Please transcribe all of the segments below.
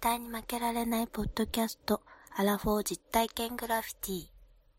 対に負けられないポッドキャスト、アラフォー実体験グラフィティ。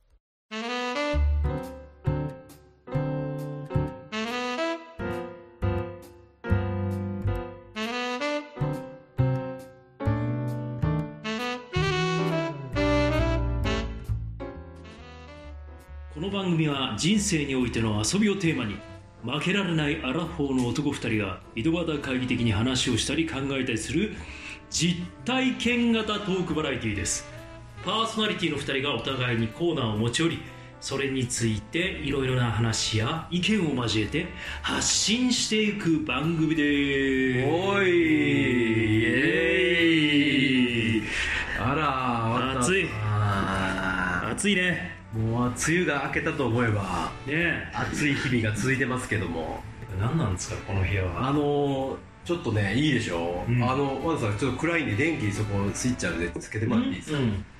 この番組は人生においての遊びをテーマに、負けられないアラフォーの男2人が井戸端会議的に話をしたり考えたりする実体験型トークバラエティです。パーソナリティの2人がお互いにコーナーを持ち寄り、それについていろいろな話や意見を交えて発信していく番組です。 おい、イエーイ。あら、 暑い暑いね。 もう梅雨が明けたと思えばね暑い日々が続いてますけども、 何なんですかこの部屋は。 ちょっとね、いいでしょ、ワンさんちょっと暗いんで電気そこスイッチあるんでつけてもらっていいですか、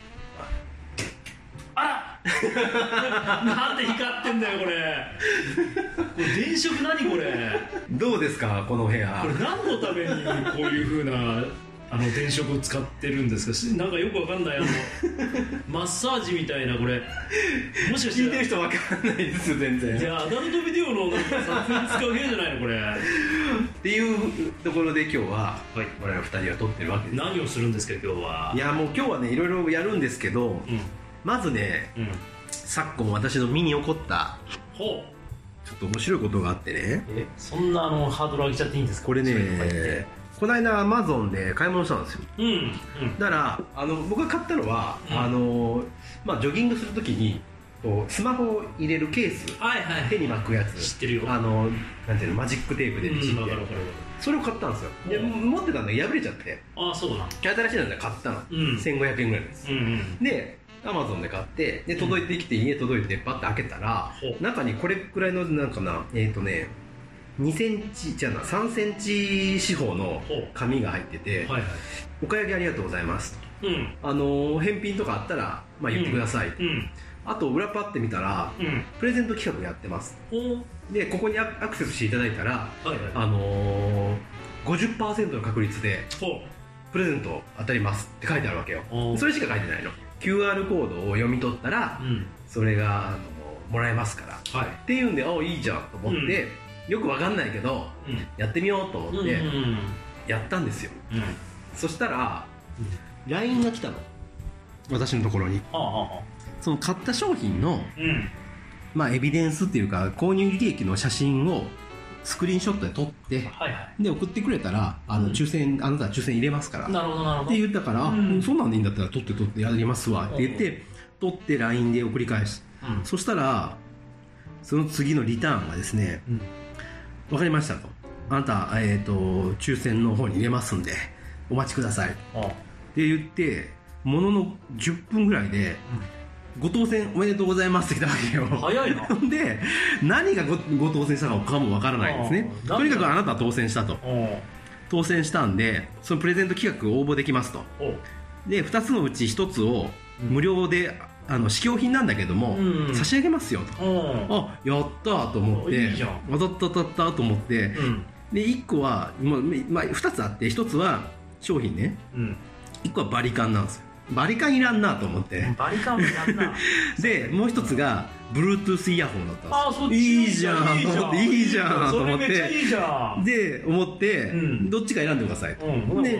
あらなんで光ってんだよこれ電飾何これ。 どうですかこの部屋。 これ何のためにこういう風な電飾を使ってるんですか。なんかよくわかんないマッサージみたいな、これもしかして聞いてる人わかんないですよ全然。 いやアダルトビデオのなんか撮影に使う部屋じゃないのこれっていうところで今日は、はい、我々2人は撮ってるわけです。 何をするんですか今日は。 いやもう今日はねいろいろやるんですけど、まずね、昨今私の身に起こったちょっと面白いことがあってね。 そんなハードル上げちゃっていいんですか。 これね、この間アマゾンで買い物したんですよ、だから僕が買ったのは、ジョギングするときにこうスマホを入れるケース、手に巻くやつ、 知ってるよ。 なんていうの、マジックテープでビシッて、それを買ったんですよ。で持ってたんだけど破れちゃって、 そうだ、 新しいので買ったの、1500円ぐらいです、でアマゾンで買って、で届いてきて、家届いてパッて開けたら、中にこれくらいのなんかな、2センチじゃな3センチ四方の紙が入ってて、お買い上げありがとうございますと、返品とかあったら、言ってくださいと、あと裏パッて見たら、プレゼント企画やってますで、ここにアクセスしていただいたら、50% の確率でプレゼント当たりますって書いてあるわけよ。それしか書いてないの。 QR コードを読み取ったら、それがもらえますから、っていうんで、いいじゃんと思って、よくわかんないけど、やってみようと思ってやったんですよ、そしたら、LINE が来たの、私のところに。その買った商品の、エビデンスっていうか購入履歴の写真をスクリーンショットで撮って、で送ってくれたら、抽選、あなたは抽選入れますからって言ったから、そんなんでいいんだったら撮ってやりますわって言って、撮って LINE で送り返す、そしたらその次のリターンがですね、わかりましたと、あなた、抽選の方に入れますんでお待ちくださいって言って、ものの10分ぐらいで、ご当選おめでとうございますって来たわけよ。 早いなで、何が ご当選したのかもわからないんですね。とにかくあなたは当選したと。当選したんで、そのプレゼント企画応募できますと。で、2つのうち1つを無料で、試供品なんだけども、差し上げますよと。やったと思って、当たったと思って、で1個は、2つあって、1つは商品ね、1個はバリカンなんですよ。バリカンいらんなと思って、 バリカンもいらんなでもう1つが Bluetooth イヤホンだったんですよ。 いいじゃんと思って、いいじゃんと思って、 それめっちゃいいじゃんで思って、どっちか選んでくださいと、で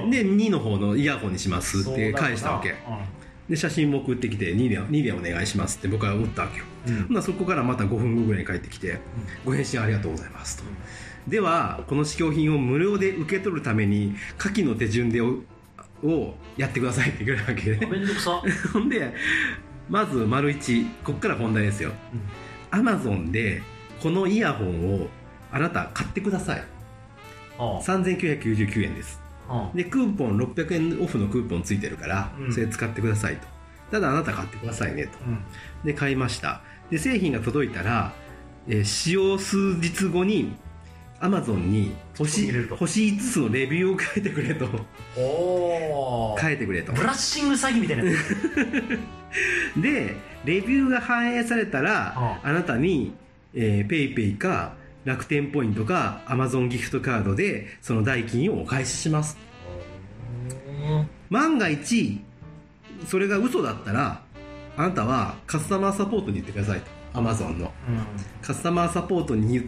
2の方のイヤホンにしますって返したわけで、写真も送ってきて、2でお願いしますって僕は打ったわけよ、そこからまた5分後ぐらいに帰ってきて、ご返信ありがとうございますと、ではこの試供品を無料で受け取るために下記の手順でをやってくださいって言われるわけで、 めんどくさほんで、まず丸1、こっから本題ですよ、Amazon でこのイヤホンをあなた買ってください、3999円です、でクーポン600円オフのクーポンついてるから、それ使ってくださいと。ただあなた買ってくださいねと、で買いました。で製品が届いたら、使用数日後にアマゾンに星5つのレビューを書いてくれと。書いてくれと。 ブラッシング詐欺みたいなやつでレビューが反映されたら、あなたに、ペイペイか楽天ポイントかアマゾンギフトカードでその代金をお返しします万が一それが嘘だったらあなたはカスタマーサポートに言ってくださいと。Amazon の、カスタマーサポートに言って、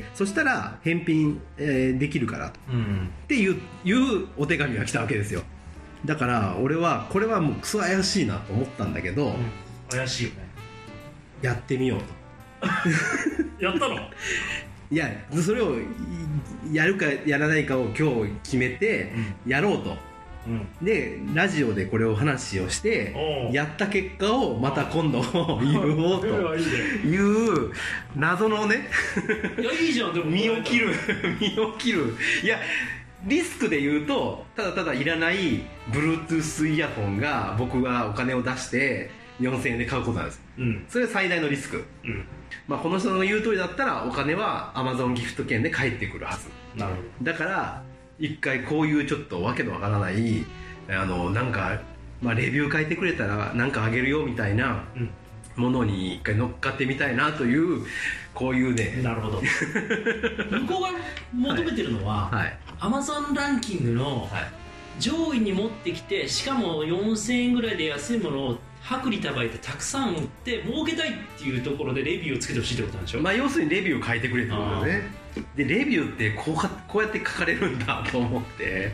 そしたら返品、できるからと、っていうお手紙が来たわけですよ。だから俺はこれはもうクソ怪しいなと思ったんだけど、 怪しいよね。 やってみようとやったの？ いや、それをやるかやらないかを今日決めてやろうと、でラジオでこれを話をしてやった結果をまた今度言おうという謎のねいやいいじゃん。でも身を切るいやリスクで言うとただただいらない Bluetooth イヤホンが僕がお金を出して4000円で買うことなんです、それが最大のリスク、まあ、この人の言う通りだったらお金は Amazon ギフト券で返ってくるはず。 なるほど。 だから一回こういうちょっとわけのわからないなんか、まあ、レビュー書いてくれたらなんかあげるよみたいなものに一回乗っかってみたいなというこういうね。 なるほど向こうが求めてるのは、Amazon ランキングの上位に持ってきて、しかも4000円ぐらいで安いものを薄利多売でたくさん売って儲けたいっていうところでレビューをつけてほしいってことなんでしょ。 まあ要するにレビューを書いてくれってことですね。でレビューってこうやって書かれるんだと思って、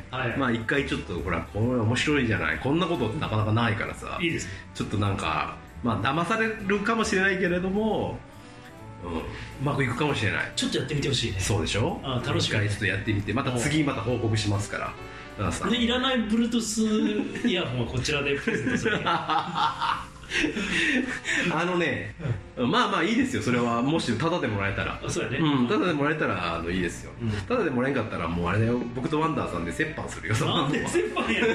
まあ一回ちょっとほらこれ面白いじゃない、こんなことってなかなかないからさ、 いいですね。 ちょっとなんかまあ騙されるかもしれないけれども、うまくいくかもしれない。 ちょっとやってみてほしいね。 そうでしょ。 楽しみ。 一回ちょっとやってみてまた次また報告しますから。 でいらない Bluetooth イヤホンはこちらでプレゼントするまあまあいいですよ、それは。もしタダでもらえたら。 そうやね、 タダでもらえたらいいですよ、タダでもらえんかったらもうあれだよ、僕とワンダーさんで折半するよ。 なんで折半やる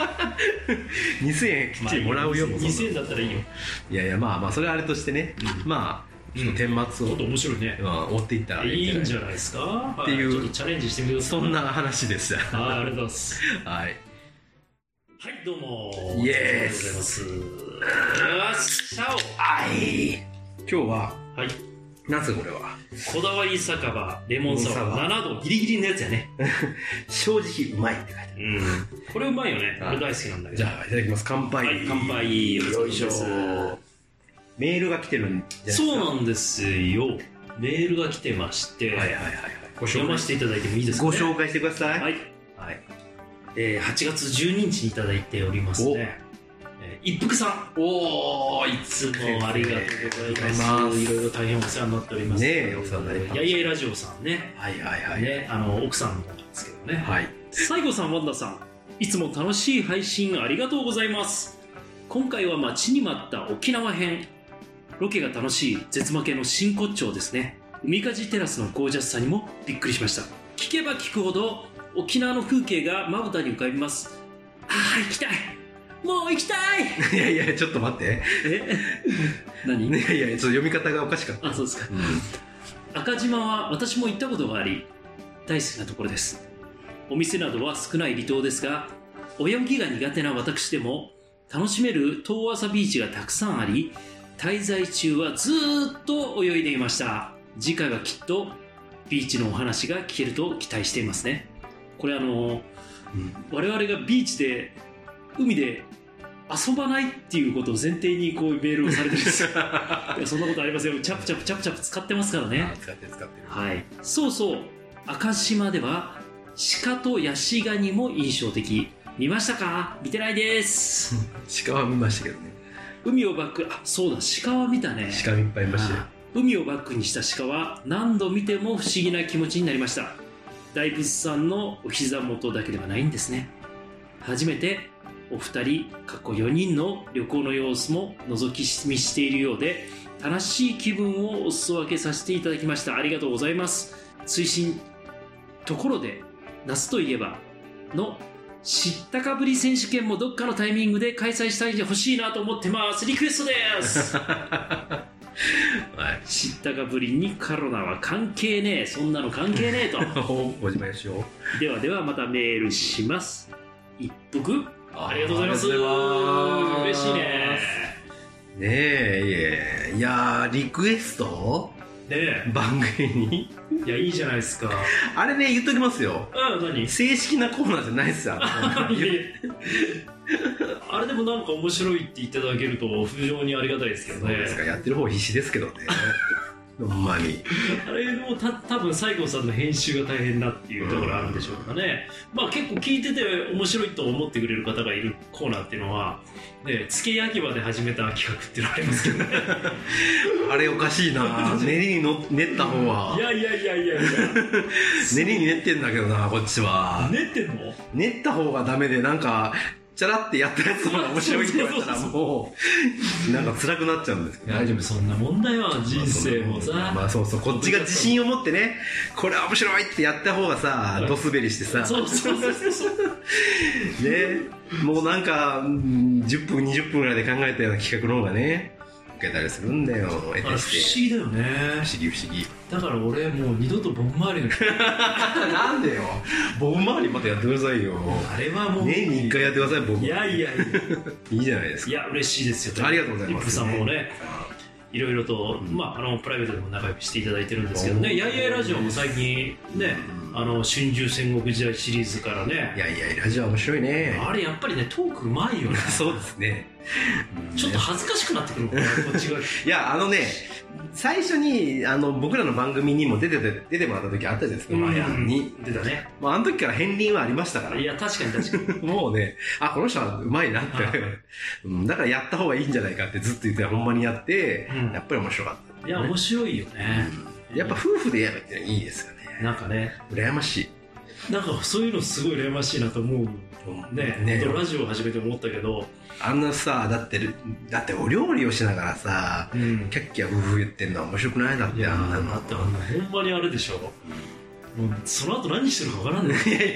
2000円きっちりもらうよ。 2000円だったらいいよ。 いやいや、まあまあそれはあれとしてね、まあちょっと顛末をちょっと面白いね、 追っていったらいいんじゃないですかっていう、 ちょっとチャレンジしてみてください。 そんな話でした。 ありがとうございます。 はいはい、どうもイエース。 ありがとうございます。よし、シャオ。 今日はなんすかこれは。 こだわり酒場レモンサワー7度ギリギリのやつやね。 正直うまいって書いてある。 これうまいよね。俺大好きなんだけど。 じゃあいただきます。乾杯。 乾杯。 よいしょ。メールが来てるんじゃないですか。 そうなんですよ。メールが来てまして、読ませていただいてもいいですかね。 ご紹介してください。 はい。8月12日にいただいておりますね。一服さん。いつもありがとうございます。いろいろ大変お世話になっております。 ねえ、お世話になります。 やいやいラジオさんね。ね、奥さんの方なんですけどね。西郷さん、ワンダさん、いつも楽しい配信ありがとうございます。今回は待ちに待った沖縄編。ロケが楽しい絶負けの真骨頂ですね。海かじテラスのゴージャスさにもびっくりしました。聞けば聞くほど沖縄の風景がまぶたに浮かびます。行きたい、もう行きたい。 いやいや、ちょっと待って。 何？ いやいや、ちょっと読み方がおかしかった。 そうですか。赤島は私も行ったことがあり大好きなところです。お店などは少ない離島ですが、泳ぎが苦手な私でも楽しめる遠浅ビーチがたくさんあり、滞在中はずーっと泳いでいました。次回はきっとビーチのお話が聞けると期待していますね。これ我々がビーチで海で遊ばないっていうことを前提にこういうメールをされてるんですよ。いや、そんなことありませんよ。チャプチャプ使ってますからね。 使ってる。 はい。そうそう、赤島では鹿とヤシガニも印象的。見ましたか？見てないです。 鹿は見ましたけどね。 海をバック、そうだ、鹿は見たね。 鹿いっぱいいましたよ。 海をバックにした鹿は何度見ても不思議な気持ちになりました。大仏さんのお膝元だけではないんですね。初めてお二人4人の旅行の様子も覗き見しているようで、楽しい気分をお裾分けさせていただきました。ありがとうございます。推進。ところで夏といえばの知ったかぶり選手権もどっかのタイミングで開催したいでほしいなと思ってます。リクエストです知ったかぶりにコロナは関係ねえ、そんなの関係ねえと。 おじまいしよう。ではまたメールします。一服ありがとうございます。嬉しいね。 ねえ、いやリクエスト番組に。 いや、いいじゃないですか。 あれね、言っときますよ。 何？ 正式なコーナーじゃないっすよ。 あれでもなんか面白いって言っていただけると非常にありがたいですけどね。 そうですか、やってる方必死ですけどね。ほんまに。 あれも多分西郷さんの編集が大変だっていうところあるんでしょうかね。まあ結構聞いてて面白いと思ってくれる方がいるコーナーっていうのは、ね、付け焼き場で始めた企画っていうのがありますけどね。 あれおかしいな。練りに練った方は。 いや練りに練ってんだけどな、こっちは。 練ってんの？ 練った方がダメで、なんかチャラってやったやつの方が面白いって言われたらもうなんか辛くなっちゃうんですけど。 大丈夫、そんな問題は人生もさ、 まあそうそう、こっちが自信を持ってね、これは面白いってやった方がさ、ドスベリしてさ、 そうね、もうなんか10分20分ぐらいで考えたような企画の方がね受けたりするんだよ。不思議だよね。 不思議。だから俺もう二度とボンマーリのなんでよ、ボンマーリまたやってくださいよ。 あれはもう年に1回やってください。僕いやいいじゃないですか。 いや嬉しいですよ。 ありがとうございます。 リップさんもね、いろいろと、プライベートでも仲良くしていただいてるんですけどね。やいやいラジオも最近ね、春秋戦国時代シリーズからね。 やいやいラジオ面白いね。 あれやっぱりね、トークうまいよね。 そうですね。 ちょっと恥ずかしくなってくるもんね、こっちが。 いや、最初に僕らの番組にも出てもらった時あったじゃないですか、マヤに。 出たね。 あの時から片鱗はありましたから。 いや、確かに。 もうね、この人はうまいなって。だからやった方がいいんじゃないかってずっと言ってほんまにやって、やっぱり面白かった。 いや、面白いよね。 やっぱ夫婦でやるっていいですよね。 なんかね。 羨ましい。 なんかそういうのすごい羨ましいなと思う。ね、ラジオを始めて思ったけど、 あんなさ、だってお料理をしながらさ、キャッキャ夫婦言ってんのは面白くない？だってあんなの。 だってほんまにあれでしょ。もうその後何してるか分からんね。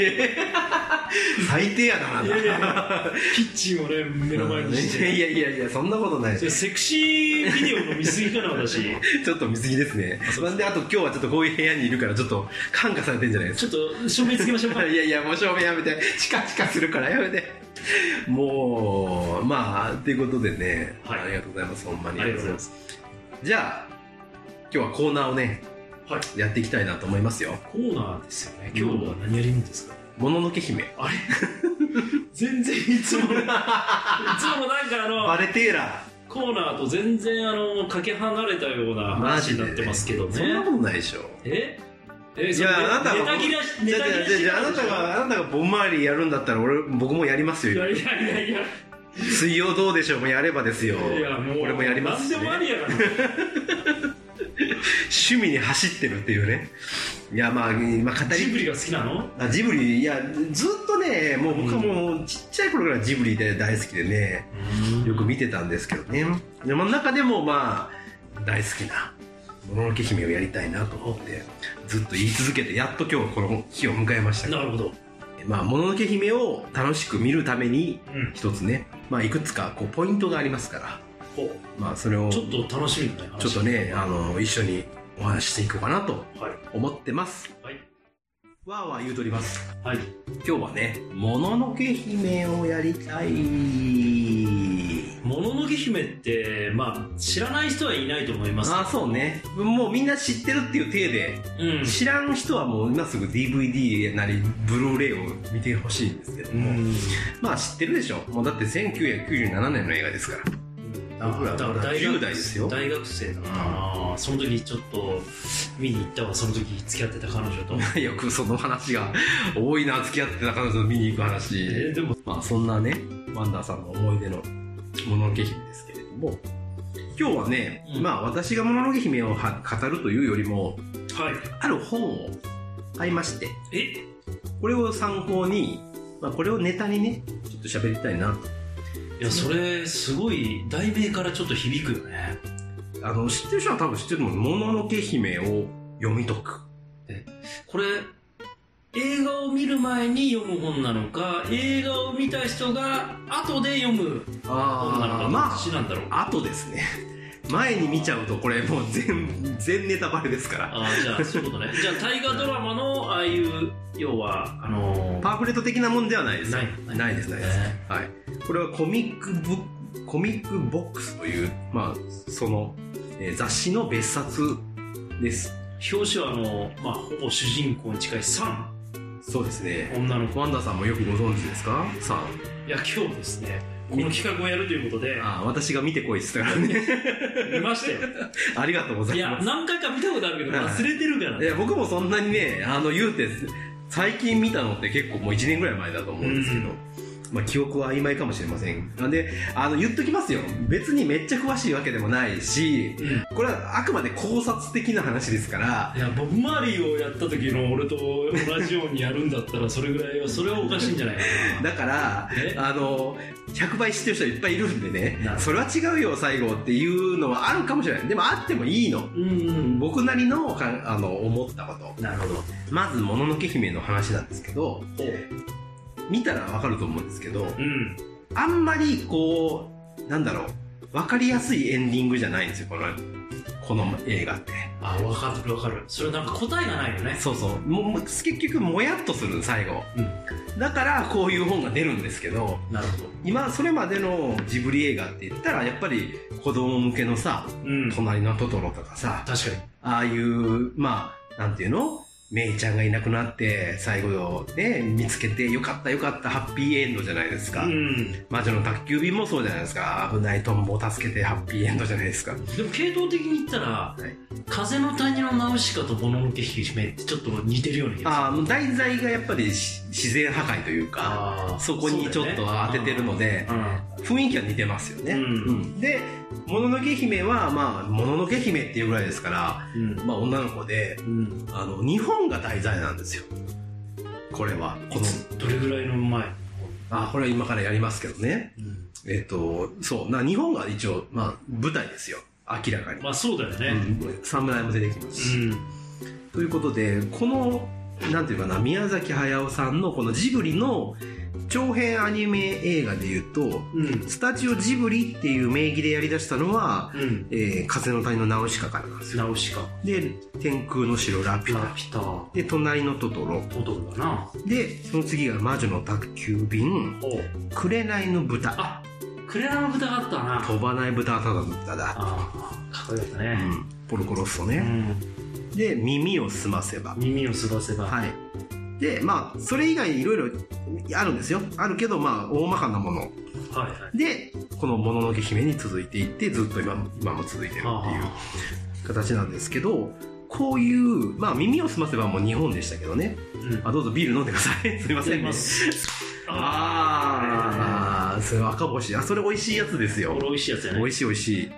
最低やな。 キッチンをね目の前にして。 いやそんなことない。 セクシービデオの見過ぎかな私。 ちょっと見過ぎですね。なんであと今日はちょっとこういう部屋にいるからちょっと感化されてんじゃないですか。 ちょっと照明つけましょうか。 いやもう照明やめて、チカチカするからやめて。もうっていうことでね、ありがとうございます。ほんまにありがとうございます。じゃあ今日はコーナーをね、やっていきたいなと思いますよ。 コーナーですよね。今日は何やるんですか？ もののけ姫。 あれ全然いつもなんかバレテーラコーナーと全然かけ離れたような話になってますけどね。 そんなことないでしょ。 いや、 あなたがボンマーリーやるんだったら僕もやりますよ。 いや水曜どうでしょうもやればですよ。俺もやりますしね。 何でもありやから趣味に走ってるっていうね。いや語りジブリが好きなの？ ジブリ、いやずっとね、もう僕はもうちっちゃい頃からジブリで大好きでね、よく見てたんですけどね。でも中でも大好きなもののけ姫をやりたいなと思ってずっと言い続けて、やっと今日この日を迎えました。 なるほど。 もののけ姫を楽しく見るために一つね、いくつかポイントがありますから、それをちょっっと楽しみだね。 ちょっとね一緒にお話ししていこうかなと思ってます。わーわー言うとります。今日はね、もののけ姫をやりたい。 もののけ姫って知らない人はいないと思います。 そうね。もうみんな知ってるっていう体で、知らん人はもう今すぐ DVD なりブルーレイを見てほしいんですけども、知ってるでしょ。もうだって1997年の映画ですから。僕ら10代ですよ。 大学生だな。その時ちょっと見に行ったわ。その時付き合ってた彼女と。 よくその話が多いな。付き合ってた彼女と見に行く話。 でもそんなね、ワンダーさんの思い出のもののけ姫ですけれども、今日はね、私がもののけ姫を語るというよりも、ある本を買いまして、これを参考に、これをネタにね、ちょっと喋りたいなと。 いや、それすごい題名からちょっと響くよね。 知ってる人は多分知ってると思う。もののけ姫を読み解く。 これ映画を見る前に読む本なのか、映画を見た人が後で読む本なのか、どっちなんだろう。 後ですね。前に見ちゃうとこれもう全ネタバレですから。 じゃあそういうことね。じゃあ大河ドラマのああいう要はパンフレット的なもんではないです。ないです。はい。これはコミックボックスというその雑誌の別冊です。 表紙はほぼ主人公に近いサン。 そうですね。 女の子。 ワンダさんもよくご存知ですか？サン。 いや、今日ですね、この企画をやるということで。 私が見てこいって言ったからね。 見ましたよ。 ありがとうございます。 いや、何回か見たことあるけど、忘れてるから。 いや、僕もそんなにね、言うて、最近見たのって結構もう1年ぐらい前だと思うんですけど、記憶は曖昧かもしれません。なんで、言っときますよ。別にめっちゃ詳しいわけでもないし、これはあくまで考察的な話ですから。 いや、ボブ・マーリーをやった時の俺と同じようにやるんだったら、それぐらいは、それはおかしいんじゃないかな。 だから、100倍知ってる人いっぱいいるんでね、それは違うよ、最後っていうのはあるかもしれない。でもあってもいいの。僕なりの、思ったこと。 なるほど。 まず、もののけ姫の話なんですけど、見たらわかると思うんですけど、あんまりこうなんだろう、わかりやすいエンディングじゃないんですよ、この映画って。 わかるわかる。それなんか答えがないよね。 そうそう。結局もやっとする最後。だからこういう本が出るんですけど、 なるほど。 今それまでのジブリ映画って言ったらやっぱり子供向けのさ、隣のトトロとかさ、 確かに。 ああいうなんていうの？メイちゃんがいなくなって最後ね見つけてよかったハッピーエンドじゃないですか。魔女の宅急便もそうじゃないですか。危ないトンボを助けてハッピーエンドじゃないですか。 でも系統的に言ったら、風の谷のナウシカともののけ姫ってちょっと似てるような気がする。 題材がやっぱり自然破壊というか、そこにちょっと当ててるので、雰囲気は似てますよね。でもののけ姫はもののけ姫っていうぐらいですから、女の子で、日本が題材なんですよ。これはどれぐらいの前？ これは今からやりますけどね。そう日本が一応舞台ですよ、明らかに。 そうだよね。 侍も出てきますし。ということで、このなんていうかな、宮崎駿さんのこのジブリの長編アニメ映画でいうと、スタジオジブリっていう名義でやりだしたのは、風の谷のナウシカからなんですよ。 ナウシカで、天空の城ラピュタで、隣のトトロだな。 で、その次が魔女の宅急便、紅の豚。 紅の豚があったな。 飛ばない豚はただの豚だ。 かっこよかったね。 ポルコロッソね。で、耳をすませば。はい。で、それ以外いろいろあるんですよ。あるけど、大まかなもの。で、このもののけ姫に続いていって、ずっと今も続いてるっていう形なんですけど、こういう、耳をすませばもう日本でしたけどね。どうぞビール飲んでください。すいませんね。それ赤星。それ美味しいやつですよ。 これ美味しいやつやね。 美味しい。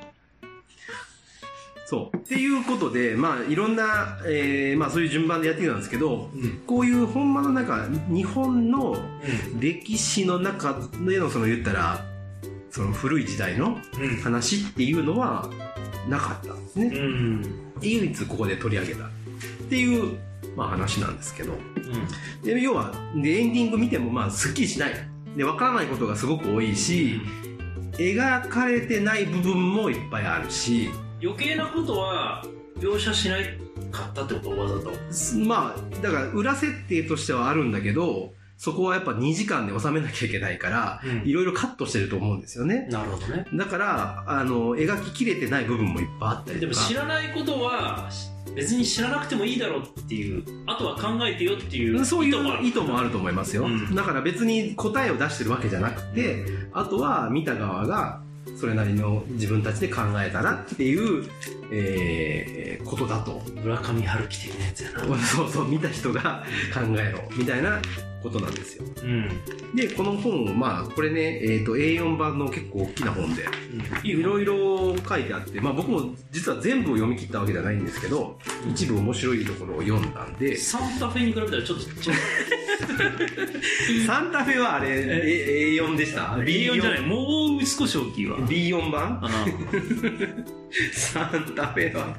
そうっていうことで、いろんな、そういう順番でやってきたんですけど、こういう本間の中、日本の歴史の中での言ったらその古い時代の話っていうのはなかったんですね。唯一ここで取り上げたっていう話なんですけど、で要はエンディング見てもすっきりしないで、分からないことがすごく多いし、描かれてない部分もいっぱいあるし、 余計なことは描写しないかったってこと？わざと。 だから裏設定としてはあるんだけど、そこはやっぱ2時間で収めなきゃいけないから、いろいろカットしてると思うんですよね。 なるほどね。 だから描ききれてない部分もいっぱいあったりとか。 でも知らないことは別に知らなくてもいいだろうっていう、あとは考えてよっていうそういう意図もあると思いますよ。だから別に答えを出してるわけじゃなくて、あとは見た側がそれなりの自分たちで考えたらっていう、ことだと。 村上春樹的なやつやな。 そう見た人が考えろみたいなことなんですよ。でこの本これね、A4 版の結構大きな本で、いろいろ書いてあって、僕も実は全部を読み切ったわけじゃないんですけど、一部面白いところを読んだんで。 サンタフェに比べたらちょっとサンタフェはあれ A4 でした。 B4 じゃない、もう少し大きいわ。 B4 版サンタフェははい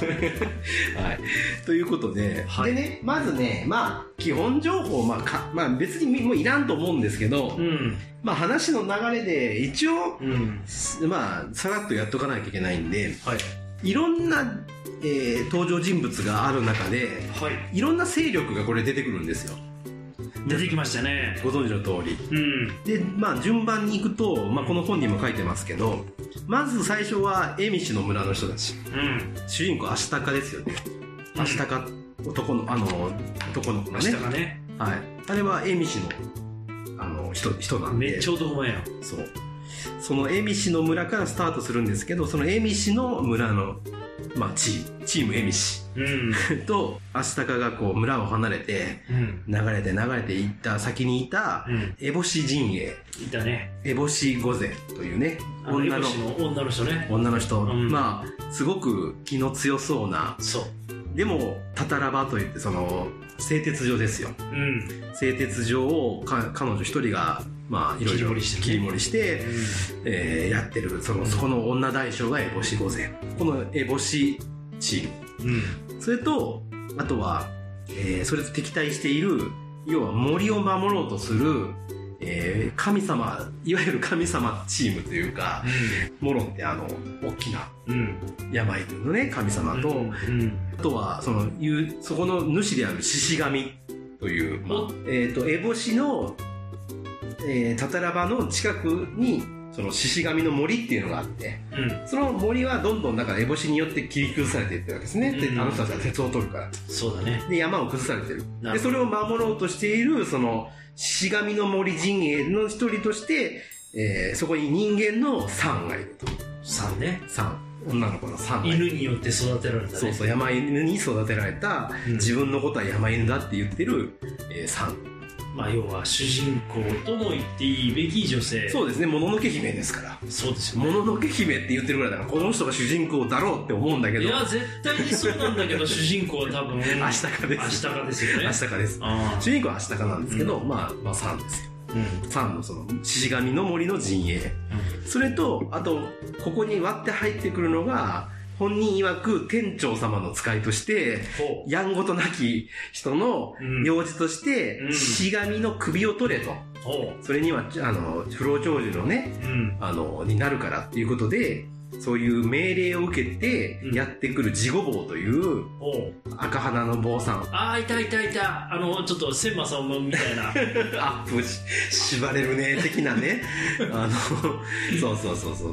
ということで、でね、まずね、基本情報別にもういらんと思うんですけど、話の流れで一応、さらっとやっとかなきゃいけないんで、いろんな、登場人物がある中で、いろんな勢力がこれ出てくるんですよ。 出てきましたね。 ご存知の通り。で、まあ順番に行くと、まあこの本にも書いてますけど、まず最初は蝦夷の村の人たち。主人公アシタカですよね。アシタカ、男の子ね。 アシタカね。 はい。あれは蝦夷の、人なんで。 めっちゃ男前やん。 そう。その蝦夷の村からスタートするんですけど、その蝦夷の村の、まあチーム蝦夷とアシタカがこう村を離れて、流れていった先にいた烏帽子陣営。 いたね。 烏帽子御前というね、 女の人ね。 女の人。まあ、すごく気の強そうな。 そう。 でも、タタラバといって、その、製鉄所ですよ。製鉄所を彼女一人が、まあ、いろいろ切り盛りして、やってる、そこの女大将が烏帽子御前。この烏帽子チーム。それと、あとは、それと敵対している、要は森を守ろうとする、神様、いわゆる神様チームというか、モロンって大きな山犬のね、神様と、あとは、そこの主である獅子神という、烏帽子の、タタラバの近くに、その獅子神の森っていうのがあって、その森はどんどんだから烏帽子によって切り崩されていってるわけですね。あの人たちは鉄を取るから。 そうだね。 で、山を崩されてる。で、それを守ろうとしている、獅子神の森陣営の一人として、そこに人間のサンがいると。 サンね。 サン。女の子のサンがいる。犬によって育てられたね。 そうそう、山犬に育てられた、自分のことは山犬だって言ってる、サン。 まあ、要は主人公とも言っていいべき女性。 そうですね、もののけ姫ですから。 そうですよね。 もののけ姫って言ってるぐらいだから、この人が主人公だろうって思うんだけど。 いや、絶対にそうなんだけど、主人公は多分、 アシタカです。 アシタカですよね。 アシタカです。主人公はアシタカなんですけど、まあ、サンですよ。サンのその、獅子神の森の陣営。それと、あと、ここに割って入ってくるのが、本人曰く店長様の使いとして、やんごとなき人の用事として、獅子神の首を取れと。それには、不老長寿のね、になるからっていうことで、そういう命令を受けてやってくるジゴ坊という赤鼻の坊さん。 ああ、いた。ちょっと千馬さんみたいな。 アップ縛れるね、的なね。そう。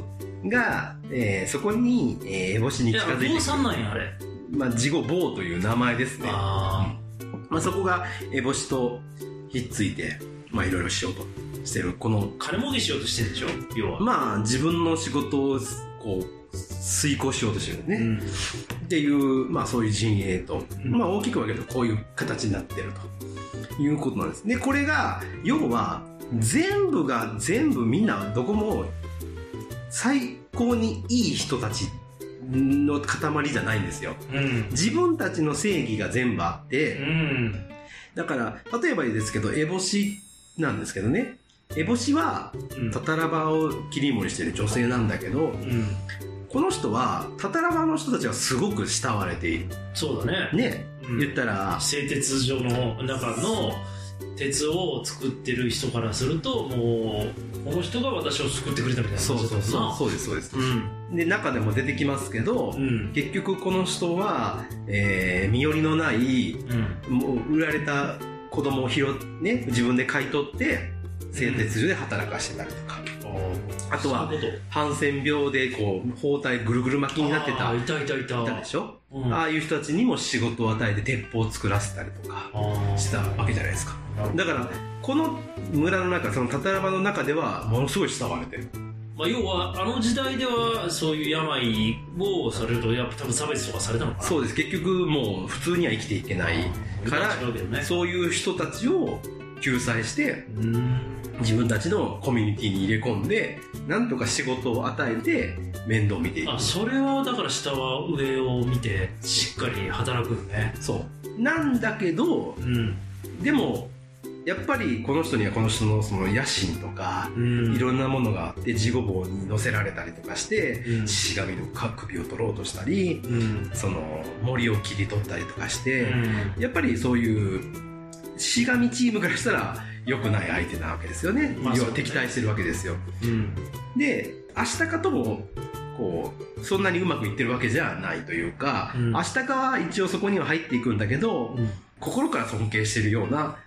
が、そこに、烏帽子に近づいてくる。 坊さんなんや、あれ。 まあ、ジゴ坊という名前ですね。まあ、そこが烏帽子とひっついて、まあ、いろいろしようとしてる。金儲けしようとしてるでしょ、要は。 まあ、自分の仕事を、こう、遂行しようとしてるね。っていう、まあ、そういう陣営と、まあ、大きく分けるとこういう形になってるということなんです。で、これが、要は、全部みんな、どこも、最高にいい人たちの塊じゃないんですよ。自分たちの正義が全部あって、だから、例えばですけど、烏帽子なんですけどね。烏帽子は、タタラバを切り盛りしてる女性なんだけど、この人は、タタラバの人たちはすごく慕われている。 そうだね。 ね、言ったら、 製鉄所の中の、鉄を作ってる人からすると、もうこの人が私を救ってくれたみたいな感じだったな。 そうです。で、中でも出てきますけど、結局この人は、身寄りのない、もう売られた子供を自分で買い取って製鉄所で働かしてたりとか、あとはハンセン病でこう包帯ぐるぐる巻きになってたいたでしょ、ああいう人たちにも仕事を与えて鉄砲を作らせたりとかしたわけじゃないですか。だからこの村の中、そのタタラバの中ではものすごい慕われてる。 まあ、要はあの時代ではそういう病をされるとやっぱ多分差別とかされたのかな。 そうです。結局もう普通には生きていけないから、そういう人たちを救済して自分たちのコミュニティに入れ込んで、なんとか仕事を与えて面倒を見ていく。 それはだから下は上を見てしっかり働くよね。 そうなんだけど、でもやっぱりこの人にはこの人のその野心とか、いろんなものがあって、地ごぼうに乗せられたりとかして、獅子神の首を取ろうとしたり、その森を切り取ったりとかして、やっぱりそういう獅子神チームからしたら良くない相手なわけですよね。要は敵対してるわけですよ。で、アシタカともこうそんなにうまくいってるわけじゃないというか、アシタカは一応そこには入っていくんだけど、心から尊敬してるような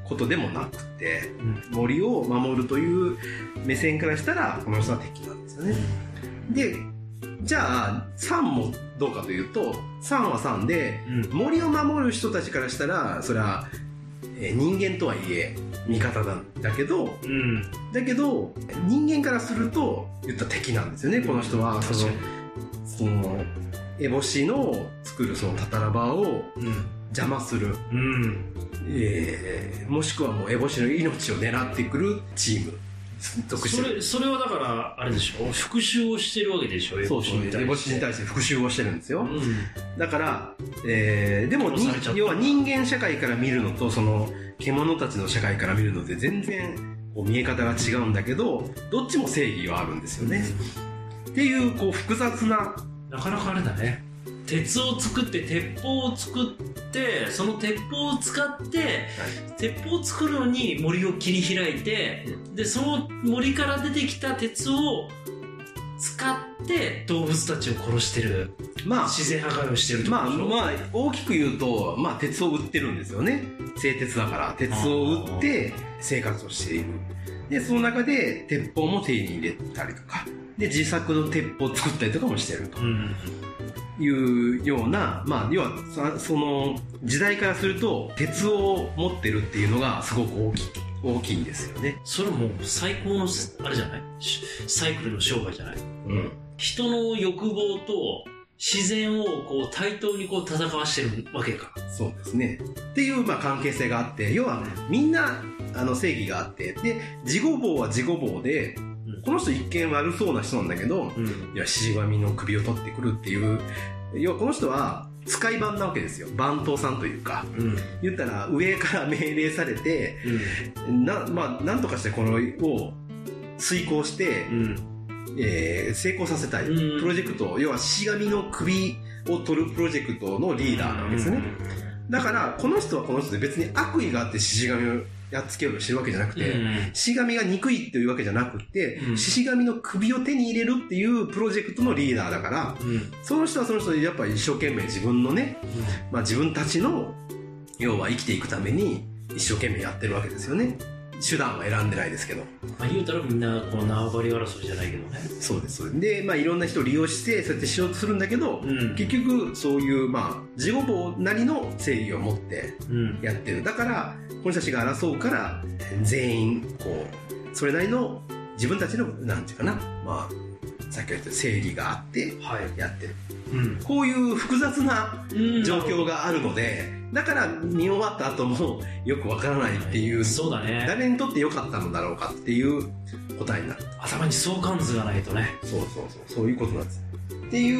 ことでもなくて、森を守るという目線からしたらこの人は敵なんですよね。でじゃあサンもどうかというと、サンはサンで、森を守る人たちからしたらそれは、人間とはいえ味方なんだけど、だけど人間からすると言ったら敵なんですよね、この人は。その烏帽子の作るそのタタラ場を邪魔する、もしくはもう烏帽子の命を狙ってくるチーム。 それはだからあれでしょ、復讐をしてるわけでしょ。 そうそう、烏帽子に対して復讐をしてるんですよ、だから、でも要は人間社会から見るのとその獣たちの社会から見るので全然こう見え方が違うんだけど、どっちも正義はあるんですよね、っていうこう複雑な。 なかなかあれだね、鉄を作って鉄砲を作ってその鉄砲を使って、鉄砲を作るのに森を切り開いて、でその森から出てきた鉄を使って動物たちを殺してる、自然破壊をしてるってことでしょ。 大きく言うと、鉄を売ってるんですよね。製鉄だから鉄を売って生活をしている。でその中で鉄砲も手に入れたりとかで自作の鉄砲を作ったりとかもしてると、いうような、要はその時代からすると鉄を持ってるっていうのがすごく大きいんですよね。 それも最高のあれじゃない、サイクルの商売じゃない、人の欲望と自然をこう対等にこう戦わしてるわけか。 そうですね。っていう関係性があって、要はみんな正義があって、でジゴボウはジゴボウで、この人一見悪そうな人なんだけど、いや獅子神の首を取ってくるっていう、要はこの人は使い番なわけですよ。番頭さんというか、言ったら上から命令されて、なんとかしてこのを遂行して、成功させたいプロジェクト、要は獅子神の首を取るプロジェクトのリーダーなわけですね。だからこの人はこの人で別に悪意があって獅子神をやっつけようとしてるわけじゃなくて、獅子神が憎いっていうわけじゃなくて、獅子神の首を手に入れるっていうプロジェクトのリーダーだから、その人はその人でやっぱり一生懸命自分のね、自分たちの要は生きていくために一生懸命やってるわけですよね。手段は選んでないですけど、 言うたらみんなこう縄張り争いじゃないけどね。 そうです。でいろんな人を利用してそうやってしようとするんだけど、結局そういうジゴボウなりの正義を持ってやってる、だからこの人たちが争うから全員こうそれなりの自分たちのなんていうかな、さっき言った正義があってやってる、こういう複雑な状況があるので、だから見終わった後もよくわからないっていう、 そうだね、 誰にとってよかったのだろうかっていう答えになる。 頭に相関図がないとね。 そういうことなんですっていう、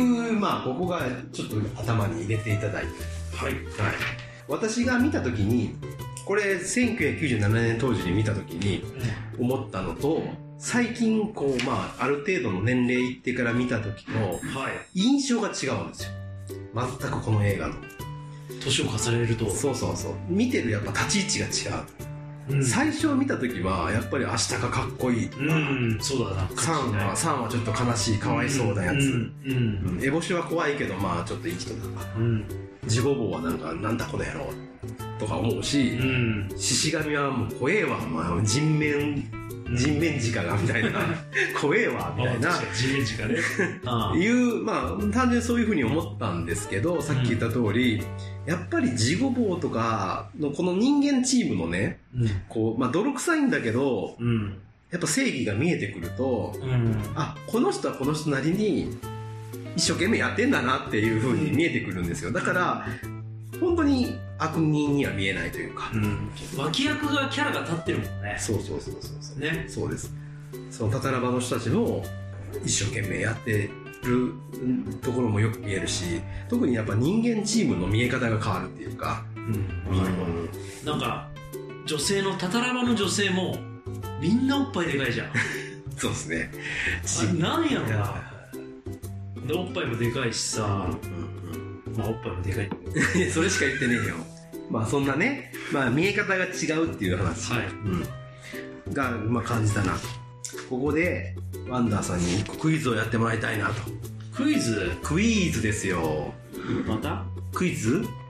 ここがちょっと頭に入れていただいて、私が見た時にこれ1997年当時に見た時に思ったのと、最近こうある程度の年齢いってから見た時の印象が違うんですよ、全くこの映画の。 年を重ねるとそう見てるやっぱ立ち位置が違う、最初見た時はやっぱり明日がかっこいいとか、 そうだな、 サンはちょっと悲しいかわいそうなやつ、烏帽子は怖いけどちょっといい人とか、ジゴボウはなんだこの野郎とか思うし、獅子神はもう怖えわ、人面鹿がみたいな怖えわみたいな人面鹿ねいう単純にそういうふうに思ったんですけど、さっき言った通り、やっぱりジゴボウとかのこの人間チームのね、こう泥臭いんだけど、やっぱ正義が見えてくると、この人はこの人なりに一生懸命やってんだなっていうふうに見えてくるんですよ。だから本当に悪人には見えないというか、 脇役がキャラが立ってるもんね。 そうね、 そうです。そのタタラ場の人たちも一生懸命やってるところもよく見えるし、特にやっぱ人間チームの見え方が変わるっていうか、 なんか女性のタタラ場の女性もみんなおっぱいでかいじゃんそうですね。 なんやろな、でおっぱいもでかいしさ、おっぱいもでかいそれしか言ってねえよ。そんなね、見え方が違うっていう話、が感じたなと。ここでワンダーさんにクイズをやってもらいたいなと。 クイズですよ。 またクイズ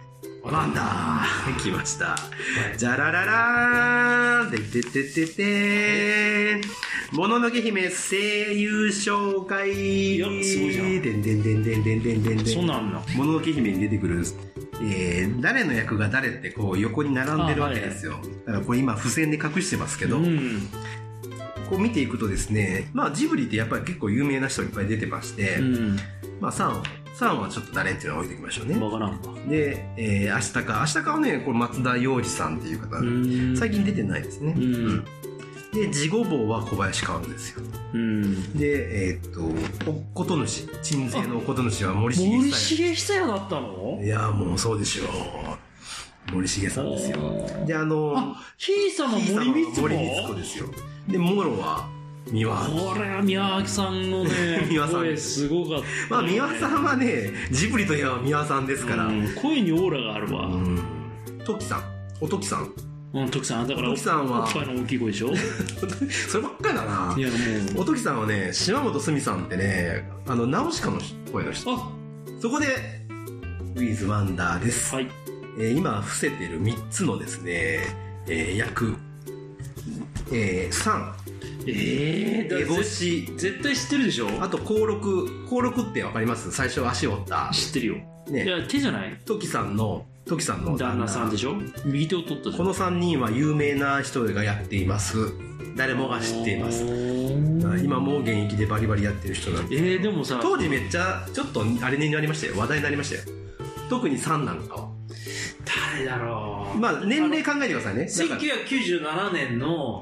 ワンダー来ました。じゃらららーんでててててーん。もののけ姫声優紹介。 いや、すごいじゃん。 でんでんでんでんでんでんでんでん。 そんなんあんの？ もののけ姫に出てくる、誰の役が誰ってこう横に並んでるわけですよ。だからこれ今付箋で隠してますけど、こう見ていくとですね、まあジブリってやっぱり結構有名な人いっぱい出てまして、まあサンはちょっと誰っていうのは置いておきましょうね。 わからんわ。 で、アシタカはね、これ松田洋二さんっていう方、最近出てないですね。で、ジゴボウは小林薫ですよ。で、琴主、鎮西の琴主は森重久彌だったの？ いや、もうそうでしょう。森重さんですよ。で、 ひいさま森光子ですよ。で、モロは三輪。 これは三輪さんのね、声すごかった、ね。 まあ、三輪さんはね、ジブリといえば三輪さんですから。 声にオーラがあるわ。 トキさん。トキさん。 トキさん、だからおっぱいの大きい声でしょそればっかりだな。いや、もう。おときさんはね、島本すみさんってね、ナウシカの声の人。そこで、ウィズ・ワンダーです。はい。今、伏せてる3つのですね、役。サン。エボシ。 絶対知ってるでしょ？ あと、コウロクってわかります？最初足折った。 知ってるよ。 ね。 いや、手じゃない？ トキさんの旦那さんでしょ？右手を取ったじゃん。 この3人は有名な人がやっています。誰もが知っています。今もう現役でバリバリやってる人なんで。 でもさ、 当時めっちゃちょっとあれになりましたよ。話題になりましたよ。特にサンなんかは。 誰だろう。 まあ年齢考えてくださいね。 1997年の、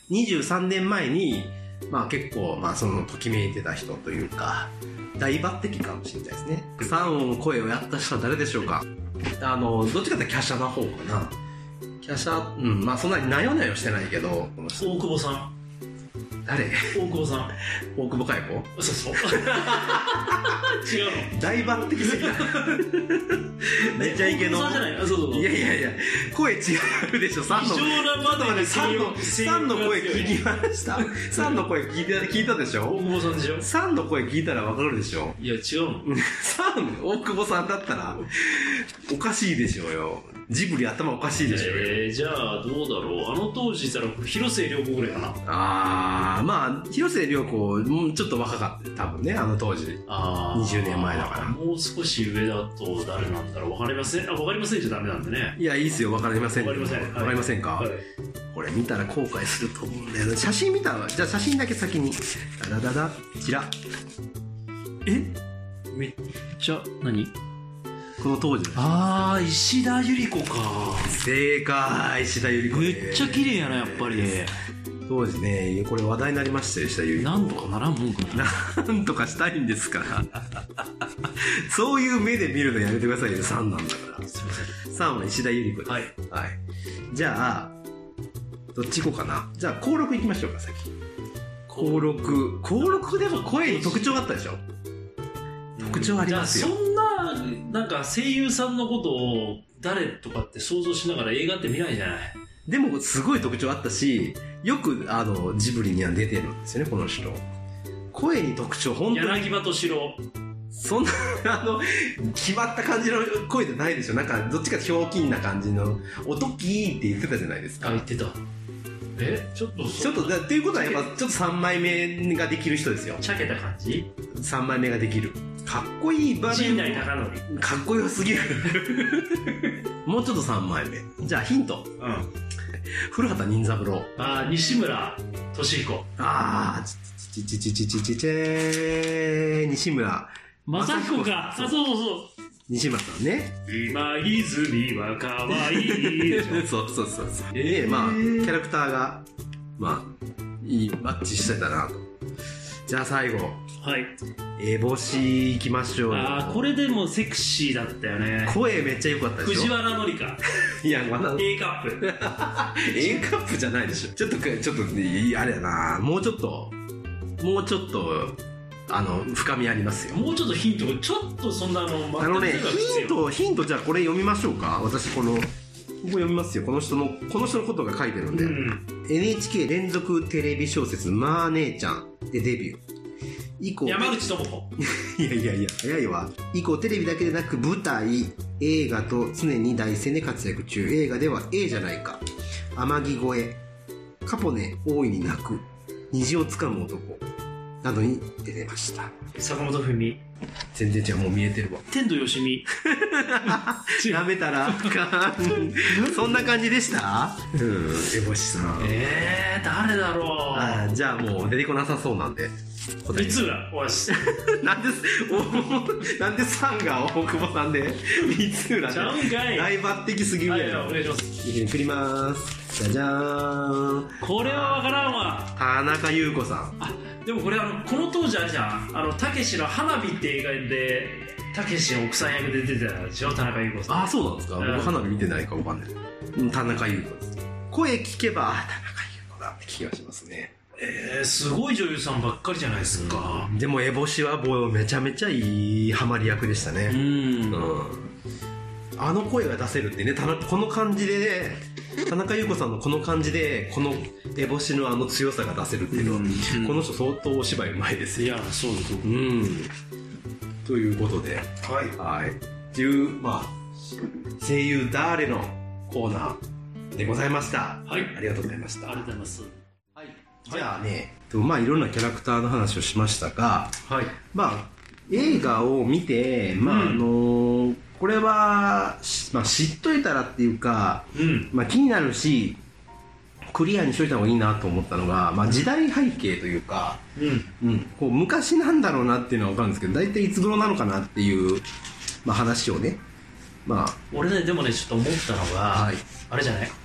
23年前に、まあ結構、まあその、ときめいてた人というか、大抜擢かもしれないですね。サンの声をやった人は誰でしょうか？どっちかって華奢な方かな。華奢、まあそんなになよなよしてないけど、 大久保さん。 誰？ 大久保さん。 大久保佳代子？ そう。違うの？ 大抜擢すぎた。めっちゃイケの。 大久保さんじゃない？そう。 いや、声違うでしょ、サンの。 異常なまででサンの声聞きました。サンの声聞いたでしょ？ 大久保さんでしょ？ サンの声聞いたらわかるでしょ？ いや、違うの？ 大久保さんだったら、おかしいでしょうよ。ジブリ頭おかしいでしょうよ。 じゃあ、どうだろう。当時言ったら、広末涼子ぐらいかな。 まあ、広末涼子、ちょっと若かった。多分ね、当時。20年前だから。 もう少し上だと誰なんだろう。わかりません。わかりませんじゃダメなんでね。 いや、いいっすよ。わかりません。 わかりません。 わかりませんか？これ見たら後悔すると思うんだよね。写真見たら、じゃあ写真だけ先に。ダダダダ、ちら。 めっちゃ、何？ この当時の石田ゆり子か。 正解、石田ゆり子。 めっちゃ綺麗やな、やっぱり。 当時ね、これ話題になりましたよ、石田ゆり子。 なんとかならんもんかな。なんとかしたいんですから。そういう目で見るのやめてくださいよ、3なんだから。すいません。3は石田ゆり子です。はい。じゃあ、どっち行こうかな。じゃあ、コウロク行きましょうか、先。コウロクでも声に特徴あったでしょ？特徴ありますよ。 そんな、なんか声優さんのことを誰とかって想像しながら映画って見ないじゃない。 でもすごい特徴あったし、よくジブリには出てるんですよね、この人。声に特徴、本当に。 柳葉敏郎。 そんな、決まった感じの声じゃないでしょ。なんか、どっちかひょうきんな感じの、おときーって言ってたじゃないですか。 言ってた。ちょっと、 っていうことはやっぱ、ちょっと3枚目ができる人ですよ。 ちゃけた感じ？ 3 枚目ができる。かっこいい場面。 陣内孝則。 かっこよすぎる。もうちょっと3枚目。じゃあヒント。古畑任三郎。 西村俊彦。 西村。 正彦か。そう。 西村さんね。 今泉は可愛い。 そう。まあ、キャラクターが、まあ、いいマッチしてたなと。じゃあ最後。 はい。 エボシ行きましょう。 これでもセクシーだったよね。 声めっちゃ良かったでしょ。 藤原紀香。 いや、 A カップ。 A カップじゃないでしょ。ちょっと、あれやな。もうちょっと、深みありますよ。 もうちょっとヒント、ちょっとそんなヒントじゃあこれ読みましょうか。私ここ読みますよ。この人のことが書いてるんで。NHK 連続テレビ小説、まあ姉ちゃんでデビュー。 以降山口智子いや早いわ。以降テレビだけでなく舞台映画と常に第一線で活躍中。映画ではじゃないか、天城越え、カポネ大いに泣く、虹をつかむ男などに出てました。 坂本文全然違う、もう見えてるわ。 天童よしみやめたらそんな感じでした。エボシさん。 誰だろう。じゃあもう出てこなさそうなんで三浦おしなんでさんが大久保さんで三浦ちゃうんかい。 大抜擢すぎるやろ。 お願いします。 振ります。じゃじゃーん。 これは分からんわ。 田中優子さん。 でもこれこの当時あれじゃん、たけしの花火って映画でたけしの奥さん役で出てたでしょ、田中優子さん。 そうなんですか。僕花火見てないか分かんない。田中優子です。声聞けば田中優子だって気がしますね。 すごい女優さんばっかりじゃないですか。 でもエボシはもうめちゃめちゃいいハマり役でしたね。あの声が出せるってね、この感じでね、田中優子さんのこの感じでこのエボシの強さが出せるっていうのは、この人相当お芝居うまいですよ。 いや、そうです。 ということで、はいっていう、声優誰のコーナーでございました。ありがとうございました。 ありがとうございます。 じゃあね、いろんなキャラクターの話をしましたが、映画を見て、これは、知っといたらっていうか、気になるしクリアにしといた方がいいなと思ったのが、時代背景というか、こう昔なんだろうなっていうのは分かるんですけど、大体いつ頃なのかなっていう、話をね、 俺ね、でもね、ちょっと思ったのが、あれじゃない、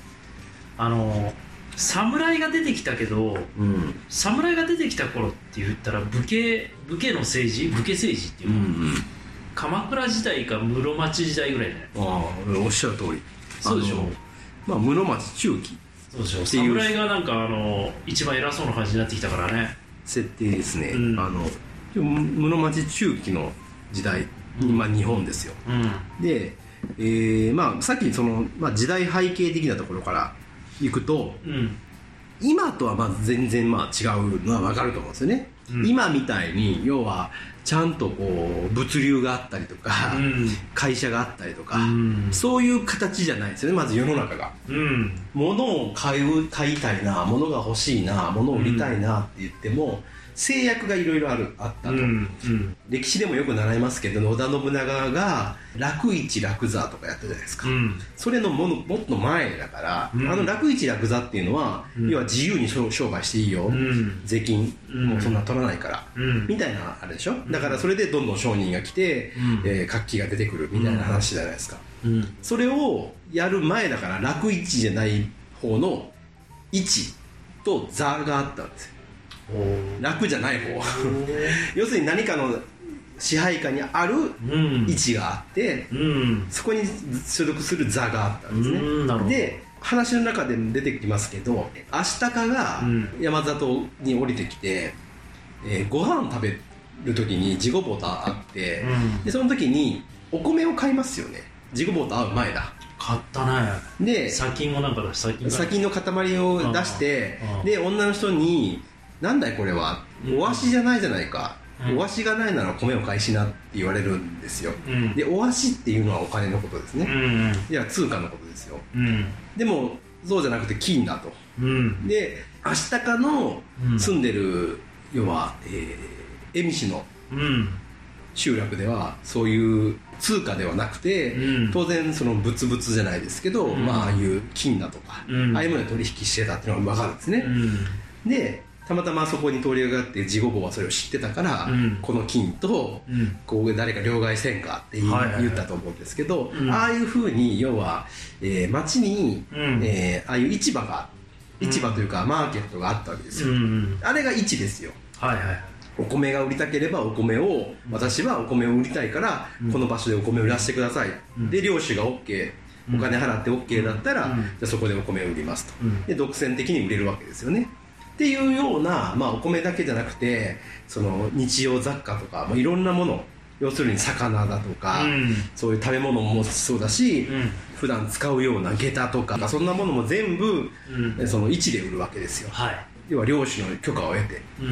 侍が出てきたけど、侍が出てきた頃って言ったら武家の政治っていうの、鎌倉時代か室町時代ぐらいね。 おっしゃる通り。 そうでしょ。 室町中期。 そうでしょ。侍がなんか一番偉そうな感じになってきたからね。 設定ですね。室町中期の時代に、日本ですよ。で、さっきその、時代背景的なところからいくと、今とは全然違うのは分かると思うんですよね。今みたいに要はちゃんとこう物流があったりとか、会社があったりとか、そういう形じゃないですよね。まず世の中が、物を買いたいな、物が欲しいな、物を売りたいなって言っても、制約がいろいろあったと、歴史でもよく習いますけど、織田信長が楽市楽座とかやったじゃないですか、それのもっと前だから、楽市楽座っていうのは、要は自由に商売していいよ、税金もそんな取らないから、みたいなあれでしょ。だからそれでどんどん商人が来て、活気が出てくるみたいな話じゃないですか、それをやる前だから、楽市じゃない方の市と座があったんですよ。楽じゃない方要するに何かの支配下にある位置があって、そこに所属する座があったんですね。で、話の中でも出てきますけど、足利が山里に降りてきて、ご飯食べる時にジゴボウと会って、でその時にお米を買いますよね。ジゴボウと会う前だ。 買ったね。 で砂金をなんか砂金の塊を出して、で女の人に、なんだいこれは、お足じゃないじゃないか、お足がないなら米を返しなって言われるんですよ、でお足っていうのはお金のことですね、いや通貨のことですよ、でもそうじゃなくて金だと、で足利の住んでる、要は蝦夷の集落ではそういう通貨ではなくて、当然その物々じゃないですけど、ああいう金だとか、ああいうもので取引してたっていうのが分かるんですね、でたまたまそこに通りがかってジゴボウはそれを知ってたから、この金と、こう誰か両替せんかって言ったと思うんですけど、ああいうふうに要は、町に、ああいう市場というかマーケットがあったわけですよ、あれが市ですよ。お米が売りたければお米を、私はお米を売りたいから、この場所でお米を売らせてください、で領主が OK、お金払って OK だったら、じゃあそこでお米を売りますと、で独占的に売れるわけですよねっていうような、お米だけじゃなくて、その日用雑貨とか、いろんなもの、要するに魚だとか、そういう食べ物もそうだし、普段使うような下駄とか、そんなものも全部、その市で売るわけですよ、要は領主の許可を得て、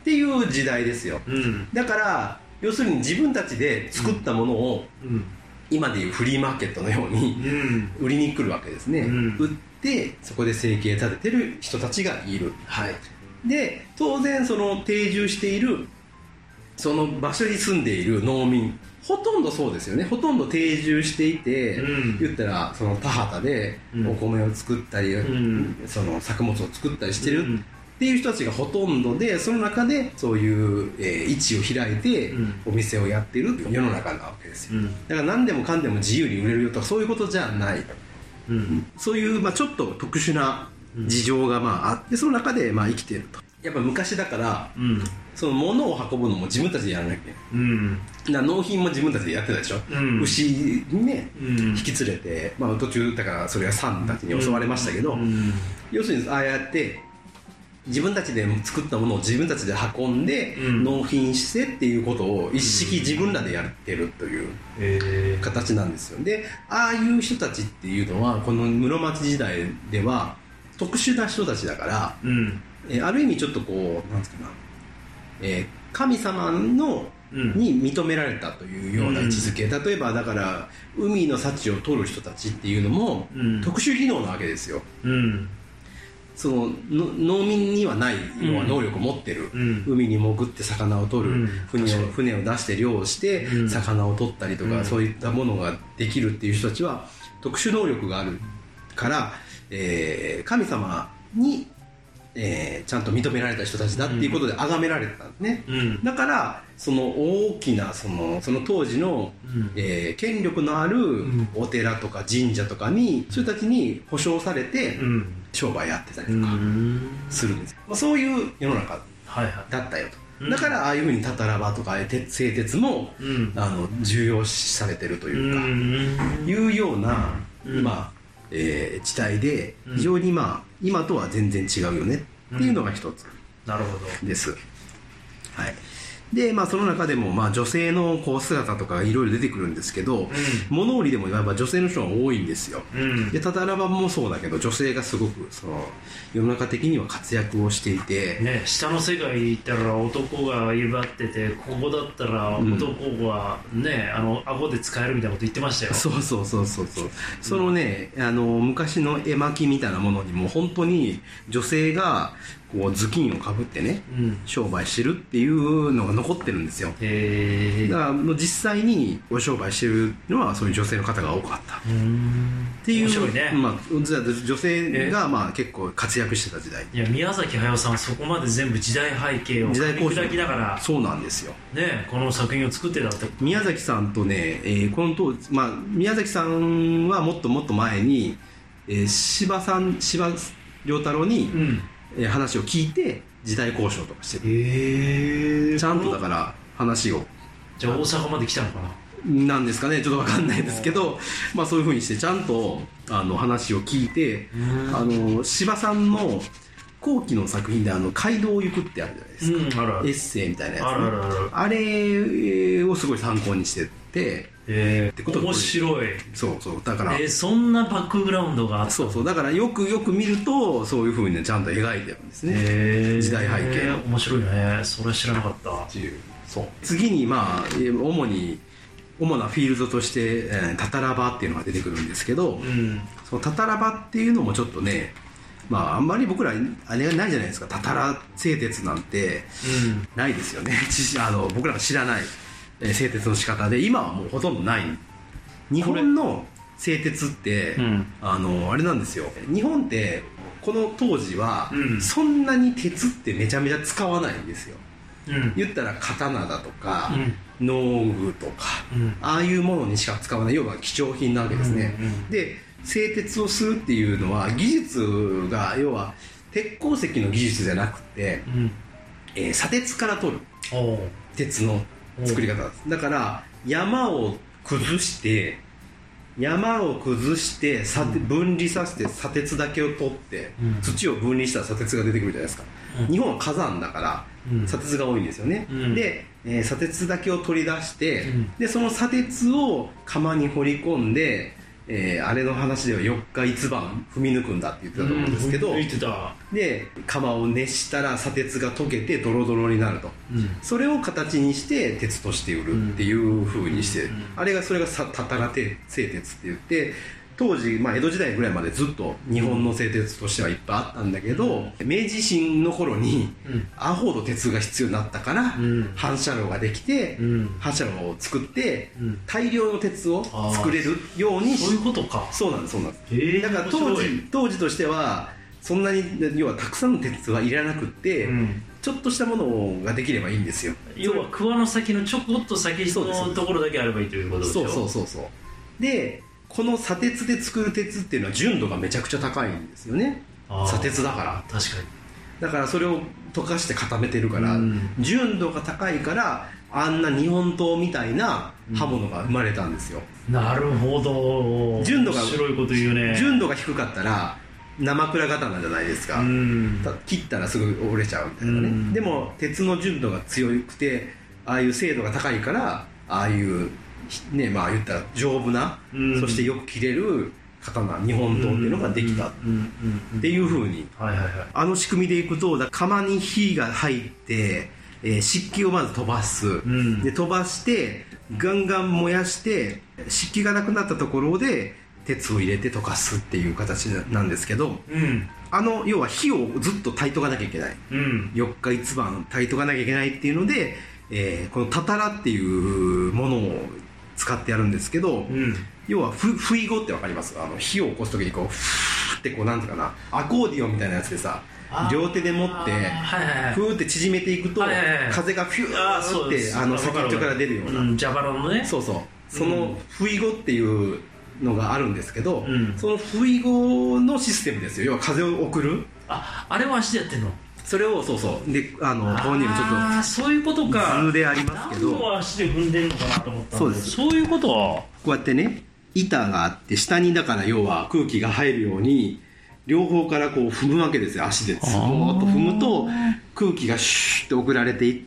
っていう時代ですよ、だから要するに自分たちで作ったものを、今でいうフリーマーケットのように、売りに来るわけですね、売ってそこで生計立ててる人たちがいる、で当然その定住しているその場所に住んでいる農民ほとんどそうですよね、ほとんど定住していて、言ったらその田畑でお米を作ったり、その作物を作ったりしてるっていう人たちがほとんどで、その中でそういう、位置を開いてお店をやってる世の中なわけですよ、だから何でもかんでも自由に売れるよとかそういうことじゃない、そういう、ちょっと特殊な事情があって、その中で生きていると。やっぱ昔だから、その物を運ぶのも自分たちでやらなきゃいけない、納品も自分たちでやってたでしょ、牛にね、引き連れて、途中だからそれはサンたちに襲われましたけど、要するにああやって自分たちで作ったものを自分たちで運んで、納品してっていうことを一式自分らでやってるという形なんですよ。でああいう人たちっていうのはこの室町時代では特殊な人たちだから、ある意味ちょっとこうなんですかな、神様のに認められたというような位置づけ、例えばだから海の幸を取る人たちっていうのも、特殊技能なわけですよ、その農民にはない要は能力を持ってる、海に潜って魚を取る、船を出して漁をして魚を取ったりとか、そういったものができるっていう人たちは特殊能力があるから、神様にちゃんと認められた人たちだっていうことで崇められてたんですね、だからその大きなその当時の、権力のあるお寺とか神社とかにそういう人たちに保証されて商売やってたりとかするんです、そういう世の中だったよと、だからああいうふうにタタラバとか製鉄も、重要視されてるというか、いうような、地帯で非常に今とは全然違うよねっていうのが一つです、でその中でも女性のこう姿とかいろいろ出てくるんですけど、物売りでもやっぱ女性の人が多いんですよ、でタタラバもそうだけど女性がすごくその世の中的には活躍をしていて、 下の世界行ったら男が威張ってて、ここだったら男が顎で使えるみたいなこと言ってましたよ。 そうそのね、昔の絵巻みたいなものにも本当に女性がこう頭巾をかぶってね、商売してるっていうのが残ってるんですよ。だからもう実際にお商売してるのはそういう女性の方が多かったっていう、 面白いね、 女性が結構活躍してた時代。 いや宮崎駿さんはそこまで全部時代背景を砕きながら、 そうなんですよ、 この作品を作ってたって。 宮崎さんとね、この当時、宮崎さんはもっともっと前に、司馬遼太郎に、話を聞いて時代交渉とかしてる、ちゃんとだから話を。 じゃあ大阪まで来たのかななんですかね、ちょっと分かんないですけど、そういうふうにしてちゃんと話を聞いて、司馬さんの後期の作品で街道を行くってあるじゃないですか、エッセイみたいなやつ、あれをすごい参考にしてて、 面白い。 そうだからそんなバックグラウンドがあった。 そうだからよく見るとそういうふうにちゃんと描いてるんですね、時代背景。 面白いね、それは知らなかった。 そう次に主なフィールドとして、タタラバっていうのが出てくるんですけど、そのタタラバっていうのもちょっとね、あんまり僕らあれがないじゃないですか。タタラ製鉄なんてないですよね、僕らが知らない製鉄の仕方で、今はもうほとんどない。日本の製鉄って、あれなんですよ、日本ってこの当時は、そんなに鉄ってめちゃめちゃ使わないんですよ、言ったら刀だとか、農具とか、ああいうものにしか使わない、要は貴重品なわけですね、で製鉄をするっていうのは技術が要は鉄鉱石の技術じゃなくて、砂鉄から取る鉄の作り方です。だから山を崩して分離させて砂鉄だけを取って、土を分離したら砂鉄が出てくるじゃないですか、日本は火山だから砂鉄が多いんですよね、で、砂鉄だけを取り出して、でその砂鉄を釜に掘り込んで、 あれの話では4日一晩踏み抜くんだって言ってたと思うんですけど、 言ってた。 で釜を熱したら砂鉄が溶けてドロドロになると、それを形にして鉄として売るっていう風にして、それがたたら製鉄って言って、当時、江戸時代ぐらいまでずっと日本の製鉄としてはいっぱいあったんだけど、明治維新の頃にアホほど鉄が必要になったから、反射炉ができて、反射炉を作って、大量の鉄を作れるようにそういうことか。 そうなんです、そうなんです。だから当時としてはそんなに、要はたくさんの鉄はいらなくって、ちょっとしたものができればいいんですよ。 要は桑の先のちょこっと先のところだけあればいいということでしょ。 そうで、この砂鉄で作る鉄っていうのは純度がめちゃくちゃ高いんですよね。砂鉄だから。 確かに。 だからそれを溶かして固めてるから、純度が高いからあんな日本刀みたいな刃物が生まれたんですよ。 なるほど。 純度が白いこと言うね。 純度が低かったら生倉刀じゃないですか。切ったらすぐ折れちゃうみたいなね。でも鉄の純度が強くて、ああいう精度が高いから、ああいうね、言ったら丈夫な、そしてよく切れる刀、日本刀っていうのができたっていうふうに、あの仕組みでいくと、釜に火が入って、湿気をまず飛ばす、で飛ばしてガンガン燃やして湿気がなくなったところで鉄を入れて溶かすっていう形なんですけど、要は火をずっと焚いとかなきゃいけない、4日一晩焚いとかなきゃいけないっていうので、このたたらっていうものを使ってやるんですけど、要はふいごってわかります？火を起こす時にこうフーってこうなんていうかな、アコーディオンみたいなやつでさ、両手で持ってフーって縮めていくと、風がフューって先っちょから出るような、 ジャバロンのね、 そのふいごっていうのがあるんですけど、そのふいごのシステムですよ。要は風を送る。 あれは足でやってんの？ それをでここにもちょっとそういうことか。 図でありますけど、 何を足で踏んでるのかなと思ったんです。そういうことはこうやってね、板があって下にだから要は空気が入るように両方からこう踏むわけですよ。足でスポーッと踏むと空気がシュッと送られていって、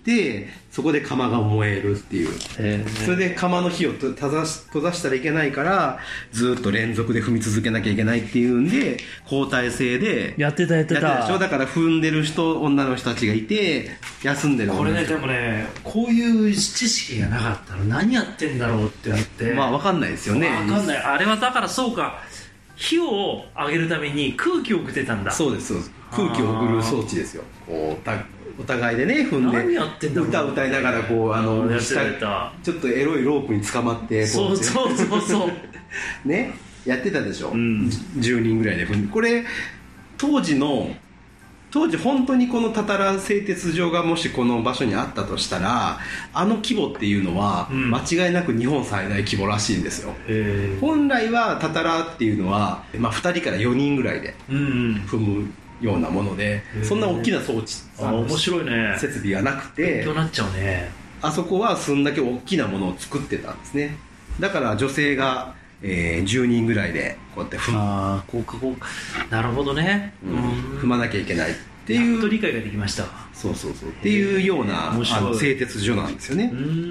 そこで窯が燃えるっていう。それで窯の火を閉ざしたらいけないから、ずっと連続で踏み続けなきゃいけないっていうんで、交代制でやってたでしょ。 だから踏んでる女の人たちがいて、休んでる。 これね、でもね、こういう知識がなかったら何やってんだろうってなって、 分かんないですよね。 分かんない。あれはだからそうか、火を上げるために空気を送ってたんだ。 そうです、空気を送る装置ですよ。こうお互いでね踏んで、 何やってんだろう、 歌いながらこうちょっとエロいロープに捕まってそうね、やってたでしょ、10人ぐらいで踏んで。これ当時本当にこのたたら製鉄所がもしこの場所にあったとしたら、あの規模っていうのは間違いなく日本最大規模らしいんですよ。本来はたたらっていうのは、2人から4人ぐらいで踏むようなもので、そんな大きな装置、 面白いね、 設備がなくて、 勉強になっちゃうね。 あそこはそんだけ大きなものを作ってたんですね。だから女性が、10人ぐらいでこうやってなるほどね、 踏まなきゃいけないっていう、 やっと理解ができました。 そうっていうような製鉄所なんですよね。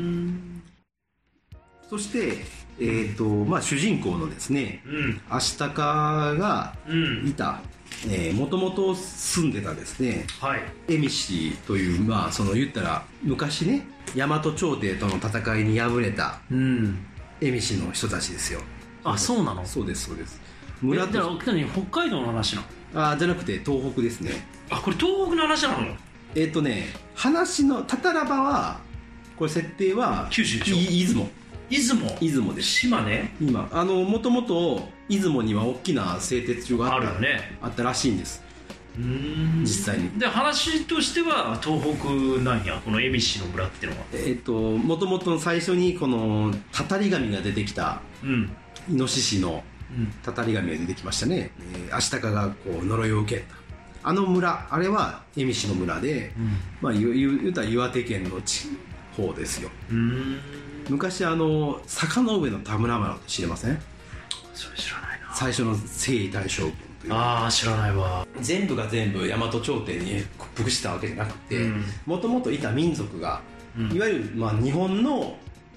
そして主人公のですね、アシタカがいた、もともと住んでたですね、蝦夷という、言ったら昔ね、大和朝廷との戦いに敗れた蝦夷の人たちですよ。 あ、そうなの？ そうです。 村って北海道の話なの？ じゃなくて東北ですね。 これ東北の話なの？ 話のタタラバは、これ設定は九州でしょ？ 出雲です。 島根？ 今もともと出雲には大きな製鉄所があったらしいんです。実際に。で、 話としては東北なんや、この蝦夷の村っていうのは。 もともと最初にこのたたり神が出てきた、イノシシのたたり神が出てきましたね。アシタカがこう呪いを受けたあの村、あれは蝦夷の村で、言うたら岩手県の方ですよ。昔坂の上の田村麻呂って知れません？ それ知らないな。 最初の征夷大将軍という。 知らないわ。 全部が全部大和朝廷に屈服したわけじゃなくて、もともといた民族が、いわゆる日本の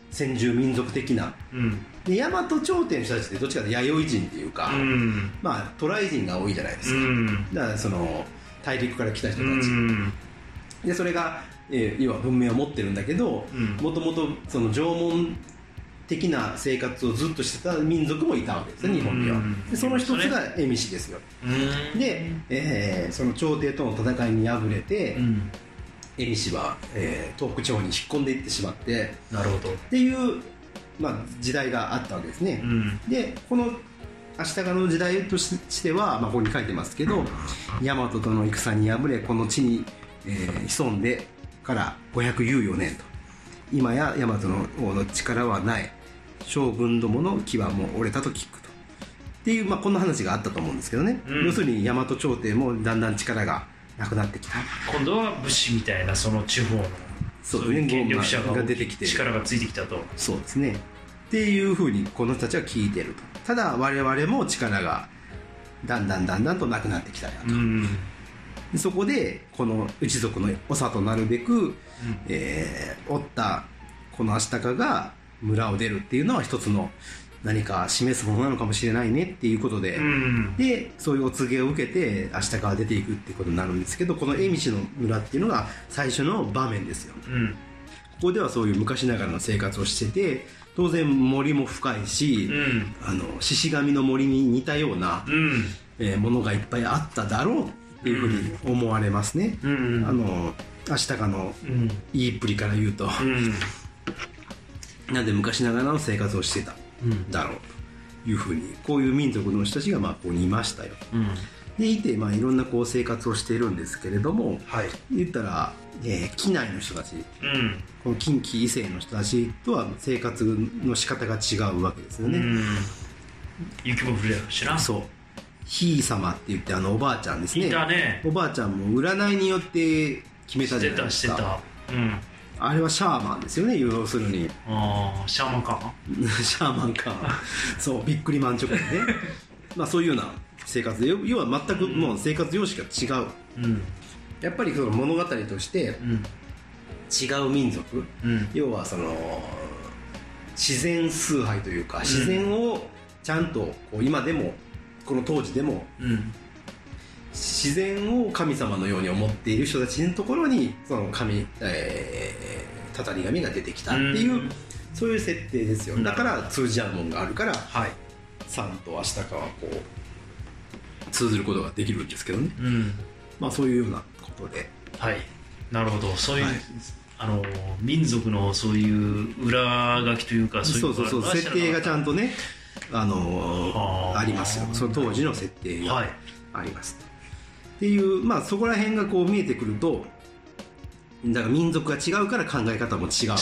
先住民族的な、で大和朝廷の人たちってどっちかというと弥生人っていうか、まあ渡来人が多いじゃないですか、だからその大陸から来た人たち、でそれが、要は文明を持ってるんだけど、もともとその縄文的な生活をずっとしてた民族もいたわけですね、日本には。でその一つが蝦夷ですよ。で、その朝廷との戦いに敗れて、蝦夷は、東北地方に引っ込んでいってしまって、 なるほどっていう、まあ、時代があったわけですね。でこの足利の時代としては、まあ、ここに書いてますけど、大和との戦に敗れこの地に、潜んでから514年と、今や大和の王の力はない、将軍どもの牙はもう折れたと聞くとっていう、まあ、こんな話があったと思うんですけどね、要するに大和朝廷もだんだん力がなくなってきた。 今度は武士みたいなその地方のそういう権力者が出てきて力がついてきたと。 そうですねっていうふうにこの人たちは聞いてると。ただ我々も力がだんだんとなくなってきたよと、そこでこの一族の長となるべく、おったこの足利が村を出るっていうのは一つの何か示すものなのかもしれないねっていうことで、でそういうお告げを受けて足利は出ていくっていうことになるんですけど、この蝦夷の村っていうのが最初の場面ですよ、ここではそういう昔ながらの生活をしてて、当然森も深いし、獅子神の森に似たような、ものがいっぱいあっただろうっていうふうに思われますね、足利の言いっぷりから言うと、なんで昔ながらの生活をしてただろうというふうに、こういう民族の人たちがまあここにいましたよ、でいて、まあ、いろんなこう生活をしているんですけれども、言ったら、畿内の人たち、この近畿以西の人たちとは生活の仕方が違うわけですよね、 雪も降るやろしな。 そう、ひい様って言っておばあちゃんですね。 いたね。 おばあちゃんも占いによって決めたじゃないですか。 してた、 あれはシャーマンですよね、要するに。 シャーマンかシャーマンかそう、ビックリマンチョコでねまあそういうような生活で、要は全くもう生活様式が違う、やっぱりその物語として、違う民族、要はその自然崇拝というか、自然をちゃんとこう今でもこの当時でも、自然を神様のように思っている人たちのところにそのたたり神が出てきたっていう、そういう設定ですよ。だから通じ合うもんがあるから、サンとアシタカはこう通ずることができるんですけどね、まあそういうようなことで、 なるほど。そういう、民族のそういう裏書きというか、 そう設定がちゃんとねありますよ。その当時の設定があります、っていう、まあそこら辺がこう見えてくると、だから民族が違うから考え方も違うし、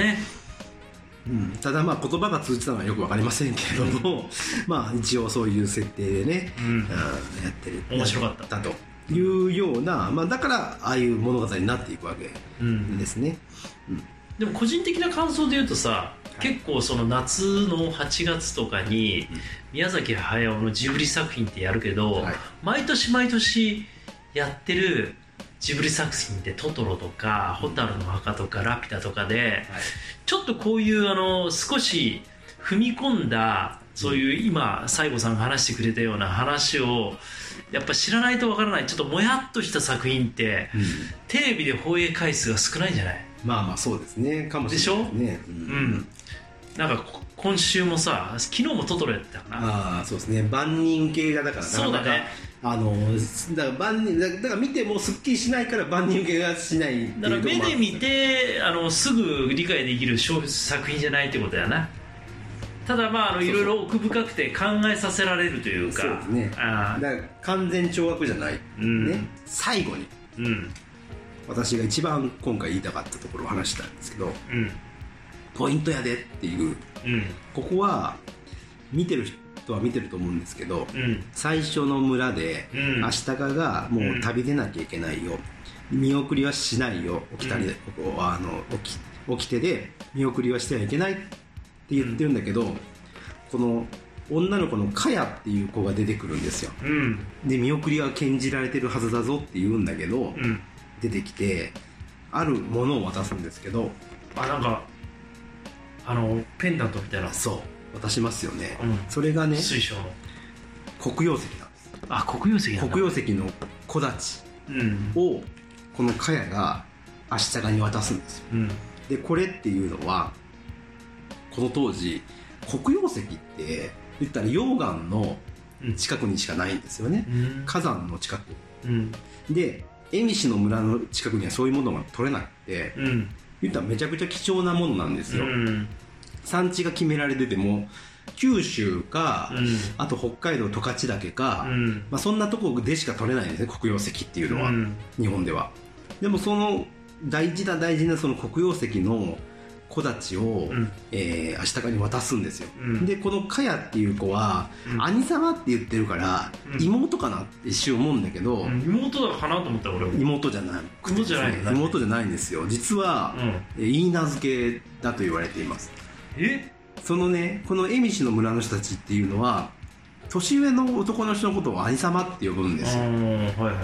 ただまあ言葉が通じたのはよく分かりませんけれどもまあ一応そういう設定でね、やってる、 面白かったというような、まあ、だからああいう物語になっていくわけですね、 でも個人的な感想で言うとさ、結構その夏の8月とかに宮崎駿のジブリ作品ってやるけど、毎年毎年やってるジブリ作品ってトトロとかホタルの墓とかラピュタとかで、ちょっとこういう少し踏み込んだ、そういう今西郷さんが話してくれたような話をやっぱ知らないとわからない、ちょっともやっとした作品って、テレビで放映回数が少ないんじゃない？ まあまあそうですね、かもしれないですね。 なんか今週もさ、昨日もトトロやったかな。 そうですね、万人受けがだからそうだね。 だから見てもすっきりしないから万人受けがしないっていう。 だから目で見てすぐ理解できる作品じゃないってことやな。ただまあいろいろ奥深くて考えさせられるというか。 そうですね。だから完全懲悪じゃない、最後に、私が一番今回言いたかったところを話したんですけど、ポイントやでっていう、ここは見てる人は見てると思うんですけど、最初の村で、足利がもう旅出なきゃいけないよ、見送りはしないよ、起きてで見送りはしてはいけないって言ってるんだけど、この女の子のカヤっていう子が出てくるんですよ、で見送りは禁じられてるはずだぞって言うんだけど、出てきてあるものを渡すんですけど、 なんかペンダントみたいな。 そう渡しますよね、 うん、 それがね水晶の黒曜石なんです。 黒曜石なんだ。 黒曜石の木立をこの茅が足利に渡すんですよ、うん、でこれっていうのはこの当時黒曜石って言ったら溶岩の近くにしかないんですよね、うん、火山の近く、うん、で蝦夷の村の近くにはそういうものが取れなくて、うん、言ったらめちゃくちゃ貴重なものなんですよ、うん、産地が決められてても九州か、うん、あと北海道十勝岳か、うんまあ、そんなとこでしか取れないんですね黒曜石っていうのは、うん、日本では。でもその大事なその黒曜石の子たちを、うん足利に渡すんですよ、うん、でこの茅っていう子は、うん、兄様って言ってるから、うん、妹かなって一瞬思うんだけど、うん、 妹だかなと思った俺も。 妹じゃない妹じゃないんですよ実は、うん、いい名付けだと言われています。そのねこの蝦夷の村の人たちっていうのは年上の男の人のことを兄様って呼ぶんですよ、はいはいはい、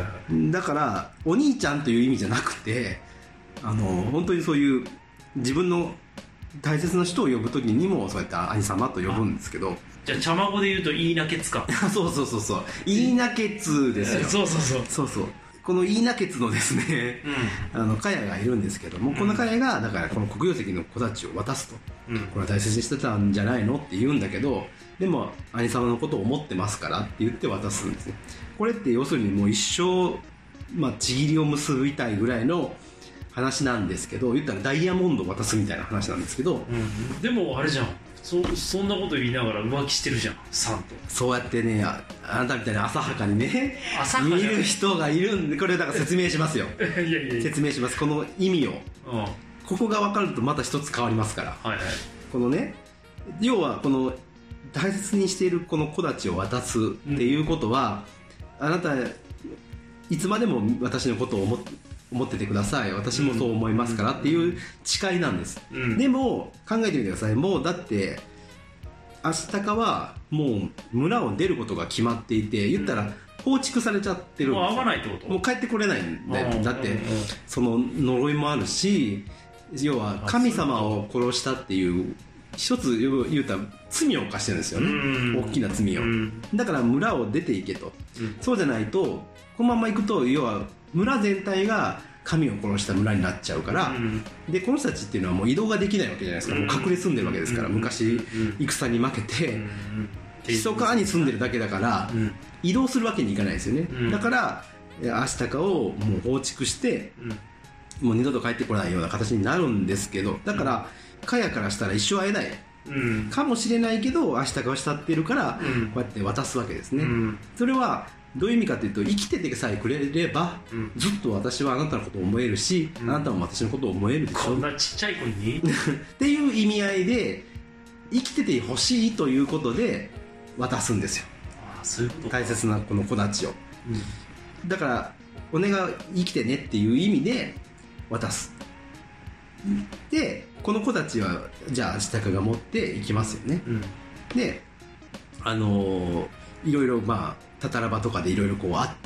だからお兄ちゃんという意味じゃなくて本当にそういう自分の大切な人を呼ぶ時にもそうやって兄様と呼ぶんですけど、 じゃあ茶孫で言うといいなけつかそういいなけつですよそうこのいいなけつのですね、うん、茅がいるんですけども、この茅がだからこの黒曜石の子たちを渡すと、うん、これは大切にしてたんじゃないのって言うんだけど、でも兄様のことを思ってますからって言って渡すんですね。これって要するにもう一生、ちぎりを結びたいぐらいの話なんですけど、言ったらダイヤモンドを渡すみたいな話なんですけど、 うん、でもあれじゃん、そんなこと言いながら浮気してるじゃんさんと。 そうやってね、あなたみたいに浅はかにね見る人がいるんで、これだから説明しますよいや説明します、この意味を、ここが分かるとまた一つ変わりますから、はいはい、このね、要はこの大切にしているこの子たちを渡すっていうことは、あなたいつまでも私のことを思っててください、私もそう思いますからっていう誓いなんです、でも考えてみてください。もうだって足利はもう村を出ることが決まっていて、言ったら放逐されちゃってるんですよ。 もう会わないってこと？ もう帰ってこれないんだよ。だってその呪いもあるし、要は神様を殺したっていう一つ言うたら罪を犯してるんですよね、大きな罪を。だから村を出ていけと、そうじゃないとこのまま行くと要は村全体が神を殺した村になっちゃうから、でこの人たちっていうのはもう移動ができないわけじゃないですか、もう隠れ住んでるわけですから、昔戦に負けて密かに住んでるだけだから、移動するわけにいかないですよね、だから足利をもう放逐して、もう二度と帰ってこないような形になるんですけど、だから茅からしたら一生会えない、かもしれないけど足利は慕っているから、こうやって渡すわけですね、それはどういう意味かというと、生きててさえくれれば、ずっと私はあなたのことを思えるし、あなたも私のことを思えるでしょ、 こんなちっちゃい子にっていう意味合いで生きててほしいということで渡すんですよ。 そういうことか。 大切なこの子たちを、だからお願い生きてねっていう意味で渡す。でこの子たちはじゃあ足利が持っていきますよね、でいろいろタタラバとかでいろいろこうあって、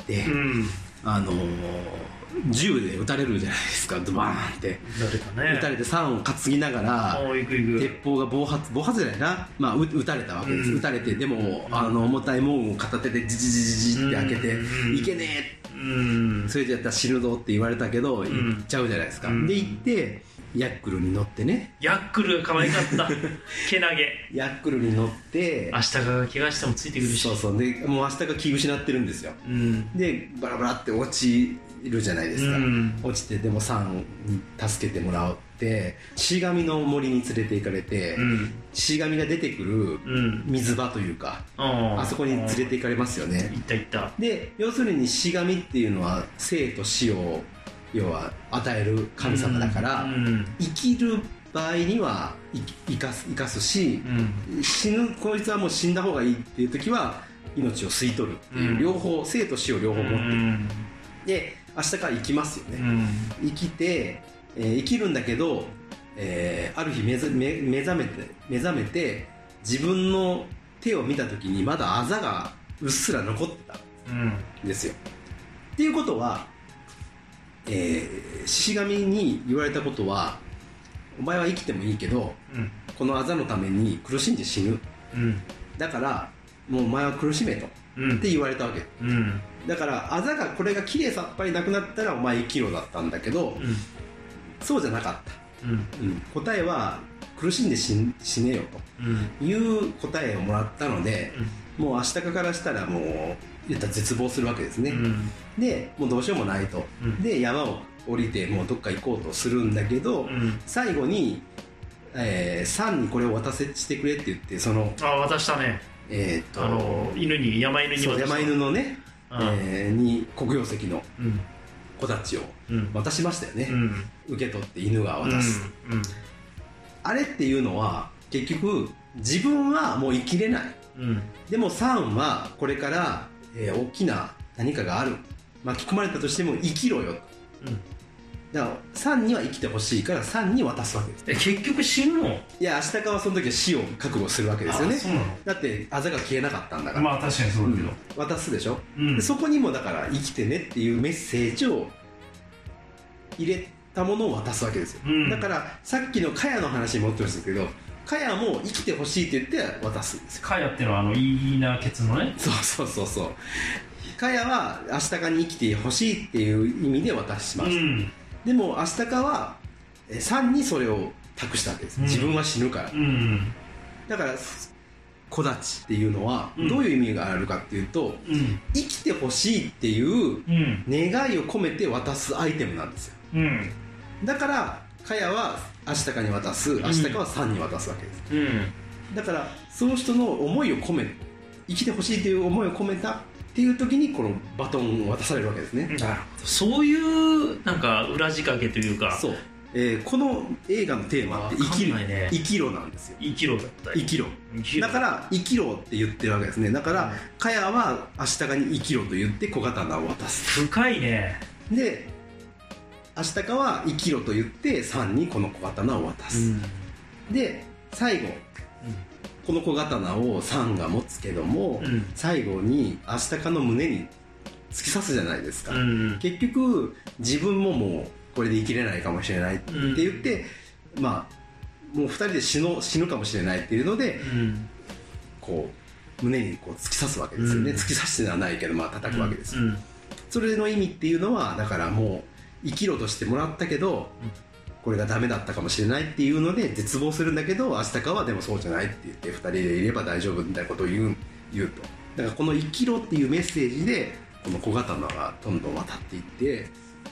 銃で撃たれるじゃないですか、ドバーンって撃たれて酸を担ぎながら鉄砲が暴発じゃないな、撃たれたわけです、撃たれて、でも重たい門を片手でジジジジジって開けて、いけねえ、それでやったら死ぬぞって言われたけど行っちゃうじゃないですか、で行ってヤックルに乗ってね、 ヤックル可愛かったけなげヤックルに乗って明日が怪我してもついてくるし、 そうでもう明日が気失ってるんですよ、でバラバラって落ちるじゃないですか、落ちて、でもサンに助けてもらってシガミの森に連れて行かれて、シガミが出てくる水場というか、あそこに連れて行かれますよね。 行ったで要するにシガミっていうのは生と死を要は与える神様だから、生きる場合には生かすし、死ぬこいつはもう死んだ方がいいっていう時は命を吸い取るっていう、両方生と死を両方持ってる、で明日から生きますよね、生きて、生きるんだけど、ある日目覚めて自分の手を見た時にまだあざがうっすら残ってたんですよ、っていうことは獅子神に言われたことは、お前は生きてもいいけど、 このあざのために苦しんで死ぬ、だからもうお前は苦しめと、って言われたわけ、だからあざがこれがきれいさっぱりなくなったらお前生きろだったんだけど、そうじゃなかった、答えは苦しんで死ねよという答えをもらったので、もう明日からしたらもう言ったら絶望するわけですね、でもうどうしようもないと、で山を降りてもうどっか行こうとするんだけど、最後に、サンにこれを渡してくれって言って、その渡したね、犬に山犬に渡した、 山犬のね、に黒曜石の子たちを渡しましたよね、受け取って犬が渡す、あれっていうのは結局自分はもう生きれない、でもサンはこれから、大きな何かがある、巻き込まれたとしても生きろよと、だからサンには生きてほしいからサンに渡すわけです。 結局死ぬの？ いや、明日かはその時は死を覚悟するわけですよね。 そうなの？ だってあざが消えなかったんだから。 まあ確かにそうだけど、 渡すでしょ、でそこにもだから生きてねっていうメッセージを入れたものを渡すわけですよ、だからさっきのカヤの話に戻ってましたけど、カヤも生きてほしいって言って渡すんですよ。 カヤっていうのはいいなケツのね。 そうカヤは明日かに生きてほしいっていう意味で渡します、でも明日かはサンにそれを託したわけです、自分は死ぬから、だから子立ちっていうのはどういう意味があるかっていうと、生きてほしいっていう願いを込めて渡すアイテムなんですよ、だからカヤは明日かに渡す、明日かはサンに渡すわけです、だからその人の思いを込め、生きてほしいという思いを込めたっていう時にこのバトンを渡されるわけですね。 なるほど、そういうなんか裏仕掛けというか、 そう、この映画のテーマって生きろなんですよ。 生きろだった生きろだから生きろって言ってるわけですね。だから、カヤは明日かに生きろと言って小刀を渡す。 深いね。 で明日かは生きろと言ってサンにこの小刀を渡す、で最後、この小刀をサンが持つけども、最後に明日かの胸に突き刺すじゃないですか、結局自分ももうこれで生きれないかもしれないって言って、まあもう2人で死ぬかもしれないっていうので、こう胸にこう突き刺すわけですよね、突き刺してではないけど、まあ叩くわけですよ、それの意味っていうのはだからもう生きろとしてもらったけど、これがダメだったかもしれないっていうので絶望するんだけど、明日かはでもそうじゃないって言って2人でいれば大丈夫みたいなことを言うと、だからこの生きろっていうメッセージでこの小刀がどんどん渡っていってっていう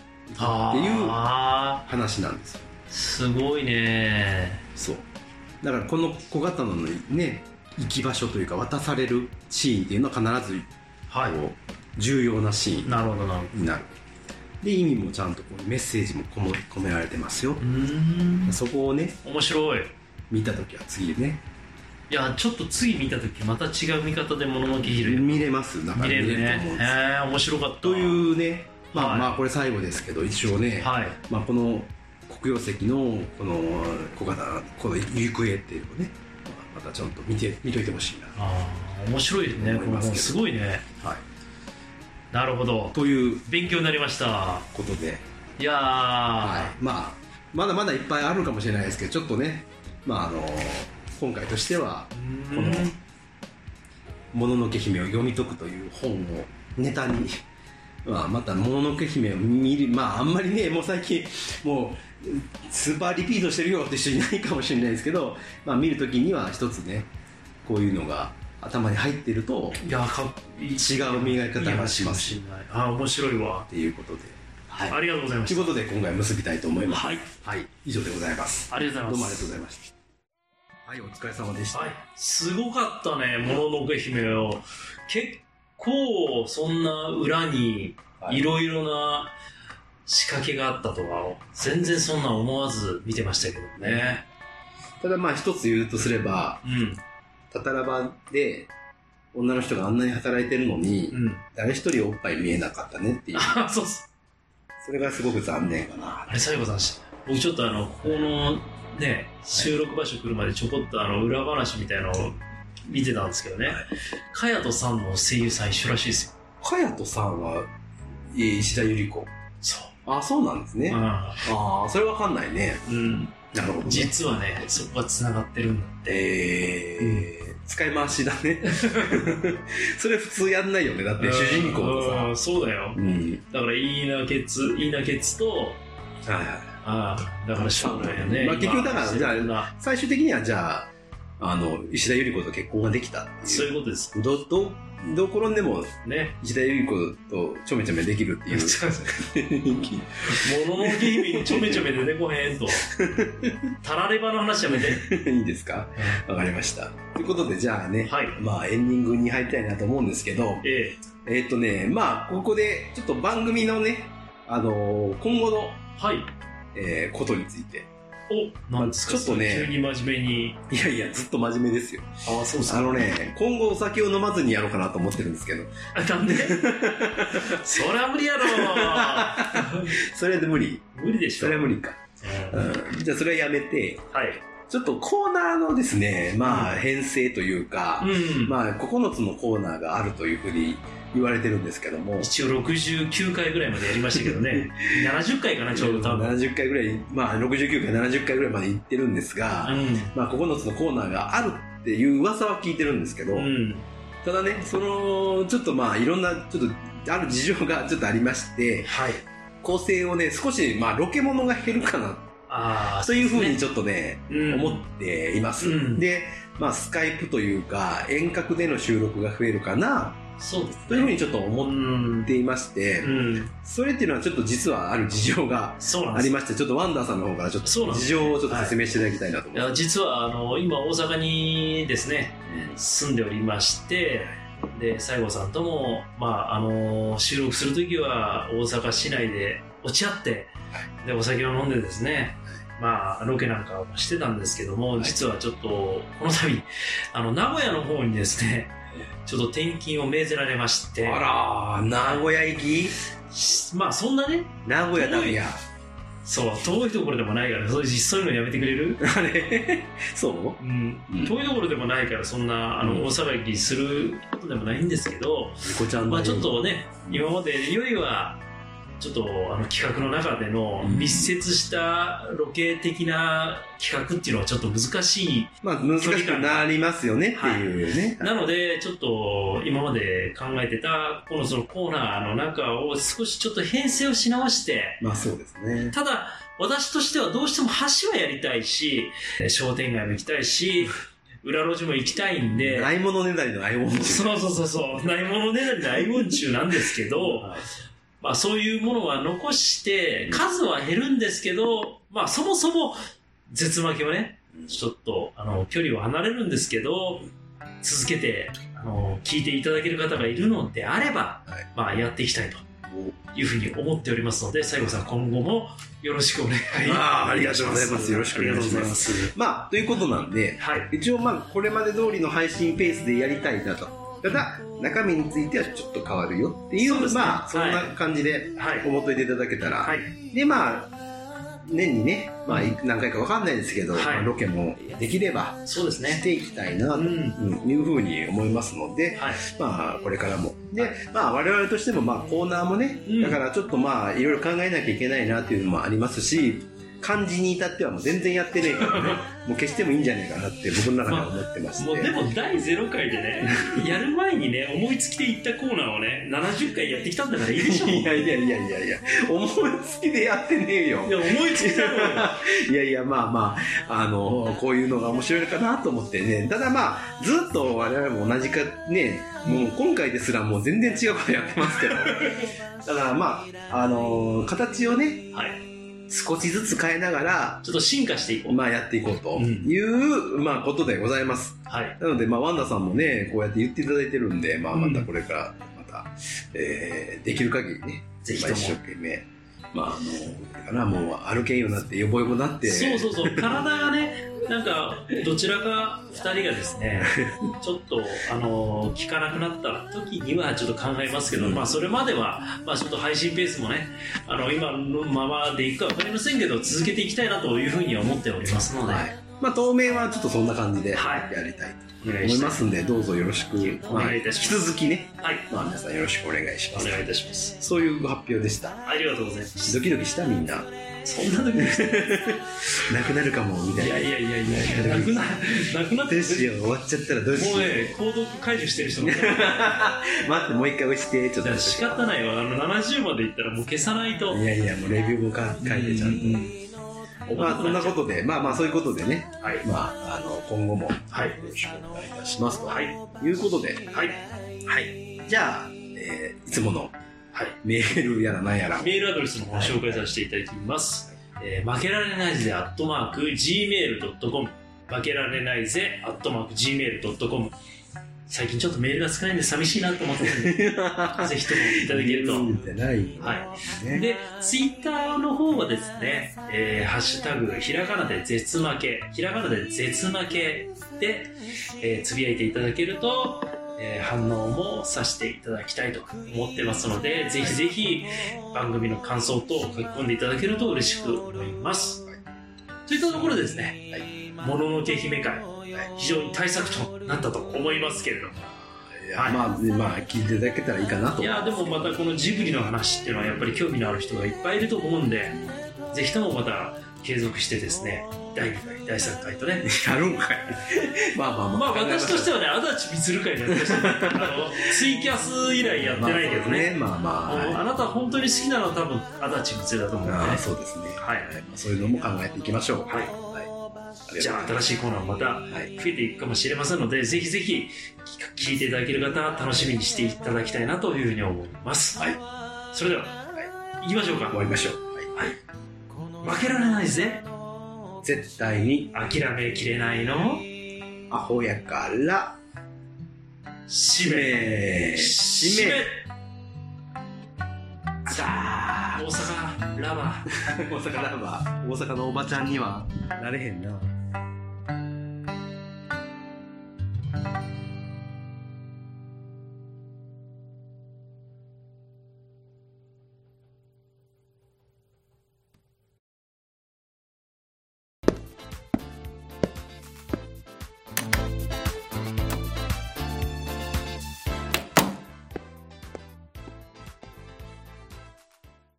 話なんですよ。 すごいね。 そうだからこの小刀のね生き場所というか渡されるシーンっていうのは必ずこう重要なシーンになる。で意味もちゃんとこうメッセージも込められてますよ。そこをね面白い見たときは次ね、 いやちょっと次見たときまた違う見方でもののけ姫見れます。だから見れると思うんです。 面白かったというね、まあこれ最後ですけど一応ね、まあこの黒曜石のこの小刀この行方っていうのをね、またちゃんと見といてほしいな。 面白いですね。この本すごいね。なるほど。 という勉強になりましたことで、 いやまあまだまだいっぱいあるかもしれないですけど、ちょっとね、まあ今回としてはこの「もののけ姫」を読み解くという本をネタに、また「もののけ姫」を見る、あんまりねもう最近もうスーパーリピートしてるよって人いないかもしれないですけど、見るときには一つねこういうのが頭に入ってると違う磨き方がします。 面白いわっていうことで、 ありがとうございます。 ということで今回結びたいと思います。以上でございます。 ありがとうございます。 どうもありがとうございました。はい、お疲れ様でした。 すごかったね、もののけ姫を。結構そんな裏にいろいろな仕掛けがあったとは全然そんな思わず見てましたけどね。 ただ一つ言うとすれば、タタラバで女の人があんなに働いてるのに、誰一人おっぱい見えなかったねっていう。それがすごく残念かな。 あれ最後だし、僕ちょっとここのね収録場所来るまでちょこっと裏話みたいなのを見てたんですけどね、カヤトさんの声優さん一緒らしいですよ。 カヤトさんは石田ゆり子。そうなんですね。それわかんないね。 なるほど、ね、 実はねそこがつながってるんだって。 使い回しだねそれ普通やんないよね。だって主人公とさ。 そうだよ、だからイーナケツとだから将来よね。 まあ、結局だからじゃあ最終的にはじゃあ石田ゆり子と結婚ができたっていう。 そういうことです。 どう転んでもね、 石田ゆり子とちょめちょめできるっていうもののけ姫にちょめちょめ出てこへんとたらればの話やめていいですか。わかりました。ということでじゃあね、まあエンディングに入りたいなと思うんですけど、まあここでちょっと番組のね今後のことについて。 なんですか、 ちょっとね、 急に真面目に。 いやいや、ずっと真面目ですよ。 そうですか。 今後お酒を飲まずにやろうかなと思ってるんですけど。 なんでそりゃ無理やろそれで無理でしょ。 それは無理か。じゃあそれはやめて、ちょっとコーナーのですね、まあ編成というか、まあ9つのコーナーがあるというふうに言われてるんですけども、 一応69回ぐらいまでやりましたけどね70回かな、ちょうど多分 70回ぐらい、まあ69回70回ぐらいまで行ってるんですが、まあ9つのコーナーがあるっていう噂は聞いてるんですけど、ただね、ちょっとまあいろんなちょっとある事情がちょっとありまして、構成をね少しまあロケモノが減るかなというふうにちょっとね、思っています。で、まあスカイプというか遠隔での収録が増えるかなというふうにちょっと思っていまして、それっていうのはちょっと実はある事情がありまして、ちょっとワンダーさんの方からちょっと事情をちょっと説明していただきたいなと思います。 実は今大阪にですね住んでおりまして、で西郷さんとも、まあ収録するときは大阪市内で落ち合って、でお酒を飲んでですね、まあロケなんかもしてたんですけども、実はちょっとこの度名古屋の方にですねちょっと転勤を命ぜられまして。 あら、名古屋行き？ まあそんなね、 名古屋だや。 そう、遠いところでもないから、そういうのやめてくれる？ あれそう？ 遠いところでもないから、そんな大騒ぎすることでもないんですけど、まあちょっとね、今までよりはちょっと企画の中での密接したロケ的な企画っていうのはちょっと難しい、 まあ難しくなりますよねっていうね、 なのでちょっと今まで考えてたこのそのコーナーの中を少しちょっと編成をし直して、 まあそうですね。 ただ私としてはどうしても橋はやりたいし、商店街も行きたいし、裏路地も行きたいんで、 ないものねだりのアイウォンチュー、 そうないものねだりのアイウォンチューなんですけどまあそういうものは残して数は減るんですけど、まあそもそも絶負けをねちょっと距離を離れるんですけど、続けて聞いていただける方がいるのであれば、まあやっていきたいというふうに思っておりますので、西郷さん今後もよろしくお願いします。 ありがとうございます。よろしくお願いします。まあということなんで、一応まあこれまで通りの配信ペースでやりたいなと。ただ中身についてはちょっと変わるよっていう、まあそんな感じで思っておいていただけたら、でまあ年にね、まあ何回か分かんないですけど、ロケもできればしていきたいなというふうに思いますので、まあこれからもで、まあ我々としてもまあコーナーもね、だからちょっとまあいろいろ考えなきゃいけないなっていうのもありますし、漢字に至ってはもう全然やってねえからねもう消してもいいんじゃないかなって僕の中では思ってまして、 もうでも第0回でねやる前にね思いつきで言ったコーナーをね70回やってきたんだからいいでしょ。いや思いつきでやってねえよ。 いや思いつきだろいやまあまあこういうのが面白いかなと思ってね。ただまあずっと我々も同じかね、もう今回ですらもう全然違うことやってますけどだからまあ形をね、少しずつ変えながらちょっと進化していこう、 まあやっていこうという、まあことでございます。なのでまあワンダさんもねこうやって言っていただいてるんで、まあまたこれからまた、できる限りね、 ぜひとも一生懸命まあもう歩けんようになってヨボヨボになって、 そう体がねなんかどちらか2人がですねちょっと効かなくなった時にはちょっと考えますけど、まあそれまではまあちょっと配信ペースもね今のままでいくか分かりませんけど続けていきたいなというふうに思っておりますので、 まあ当面はちょっとそんな感じでやりたいと思いますんで、どうぞよろしくお願いいたします。引き続きね、まあ皆さんよろしくお願いします。 お願いいたします。 そういう発表でした。 ありがとうございます。 ドキドキしたみんな。 そんなドキドキしたなくなるかもみたいな。 いやなくなってどうしよう、終わっちゃったらどうしよう。 もうね、購読解除してる人も待って、もう一回押してちょっと。 仕方ないわ。70までいったらもう消さないと。 いやもうレビューも書いてちゃんと。まあそんなことで、まあそういうことでね、まあ今後もよろしくお願いいたしますということで、じゃあいつものメールやらなんやらメールアドレスの方を紹介させていただきます。負けられないぜ@gmail.com 負けられないぜ@gmail.com。最近ちょっとメールが少ないんで寂しいなと思ってるんでぜひともいただけると。で、ツイッターの方はですね、ハッシュタグひらがなで絶負け、ひらがなで絶負けで、つぶやいていただけると、反応もさせていただきたいと思ってますので、ぜひぜひ番組の感想等を書き込んでいただけると嬉しく思います。といったところでですね、もののけ姫会、非常に対策となったと思いますけれども、 まあ聞いていただけたらいいかなと。 いやでもまたこのジブリの話っていうのはやっぱり興味のある人がいっぱいいると思うんで、ぜひともまた継続してですね、第2回第3回とねやるんかいまあ私としてはね、足立みつる会でやってましたツイキャス以来やってないけどね、あなた本当に好きなのは多分足立みつるだと思うんで、 そうですね、そういうのも考えていきましょう。 じゃあ新しいコーナーもまた増えていくかもしれませんので、ぜひぜひ聞いていただける方は楽しみにしていただきたいなというふうに思います。それでは、行きましょうか。 終わりましょう。 負けられないぜ、 絶対に諦めきれないのアホやから締めさあ大阪ラバー大阪のおばちゃんにはなれへんな。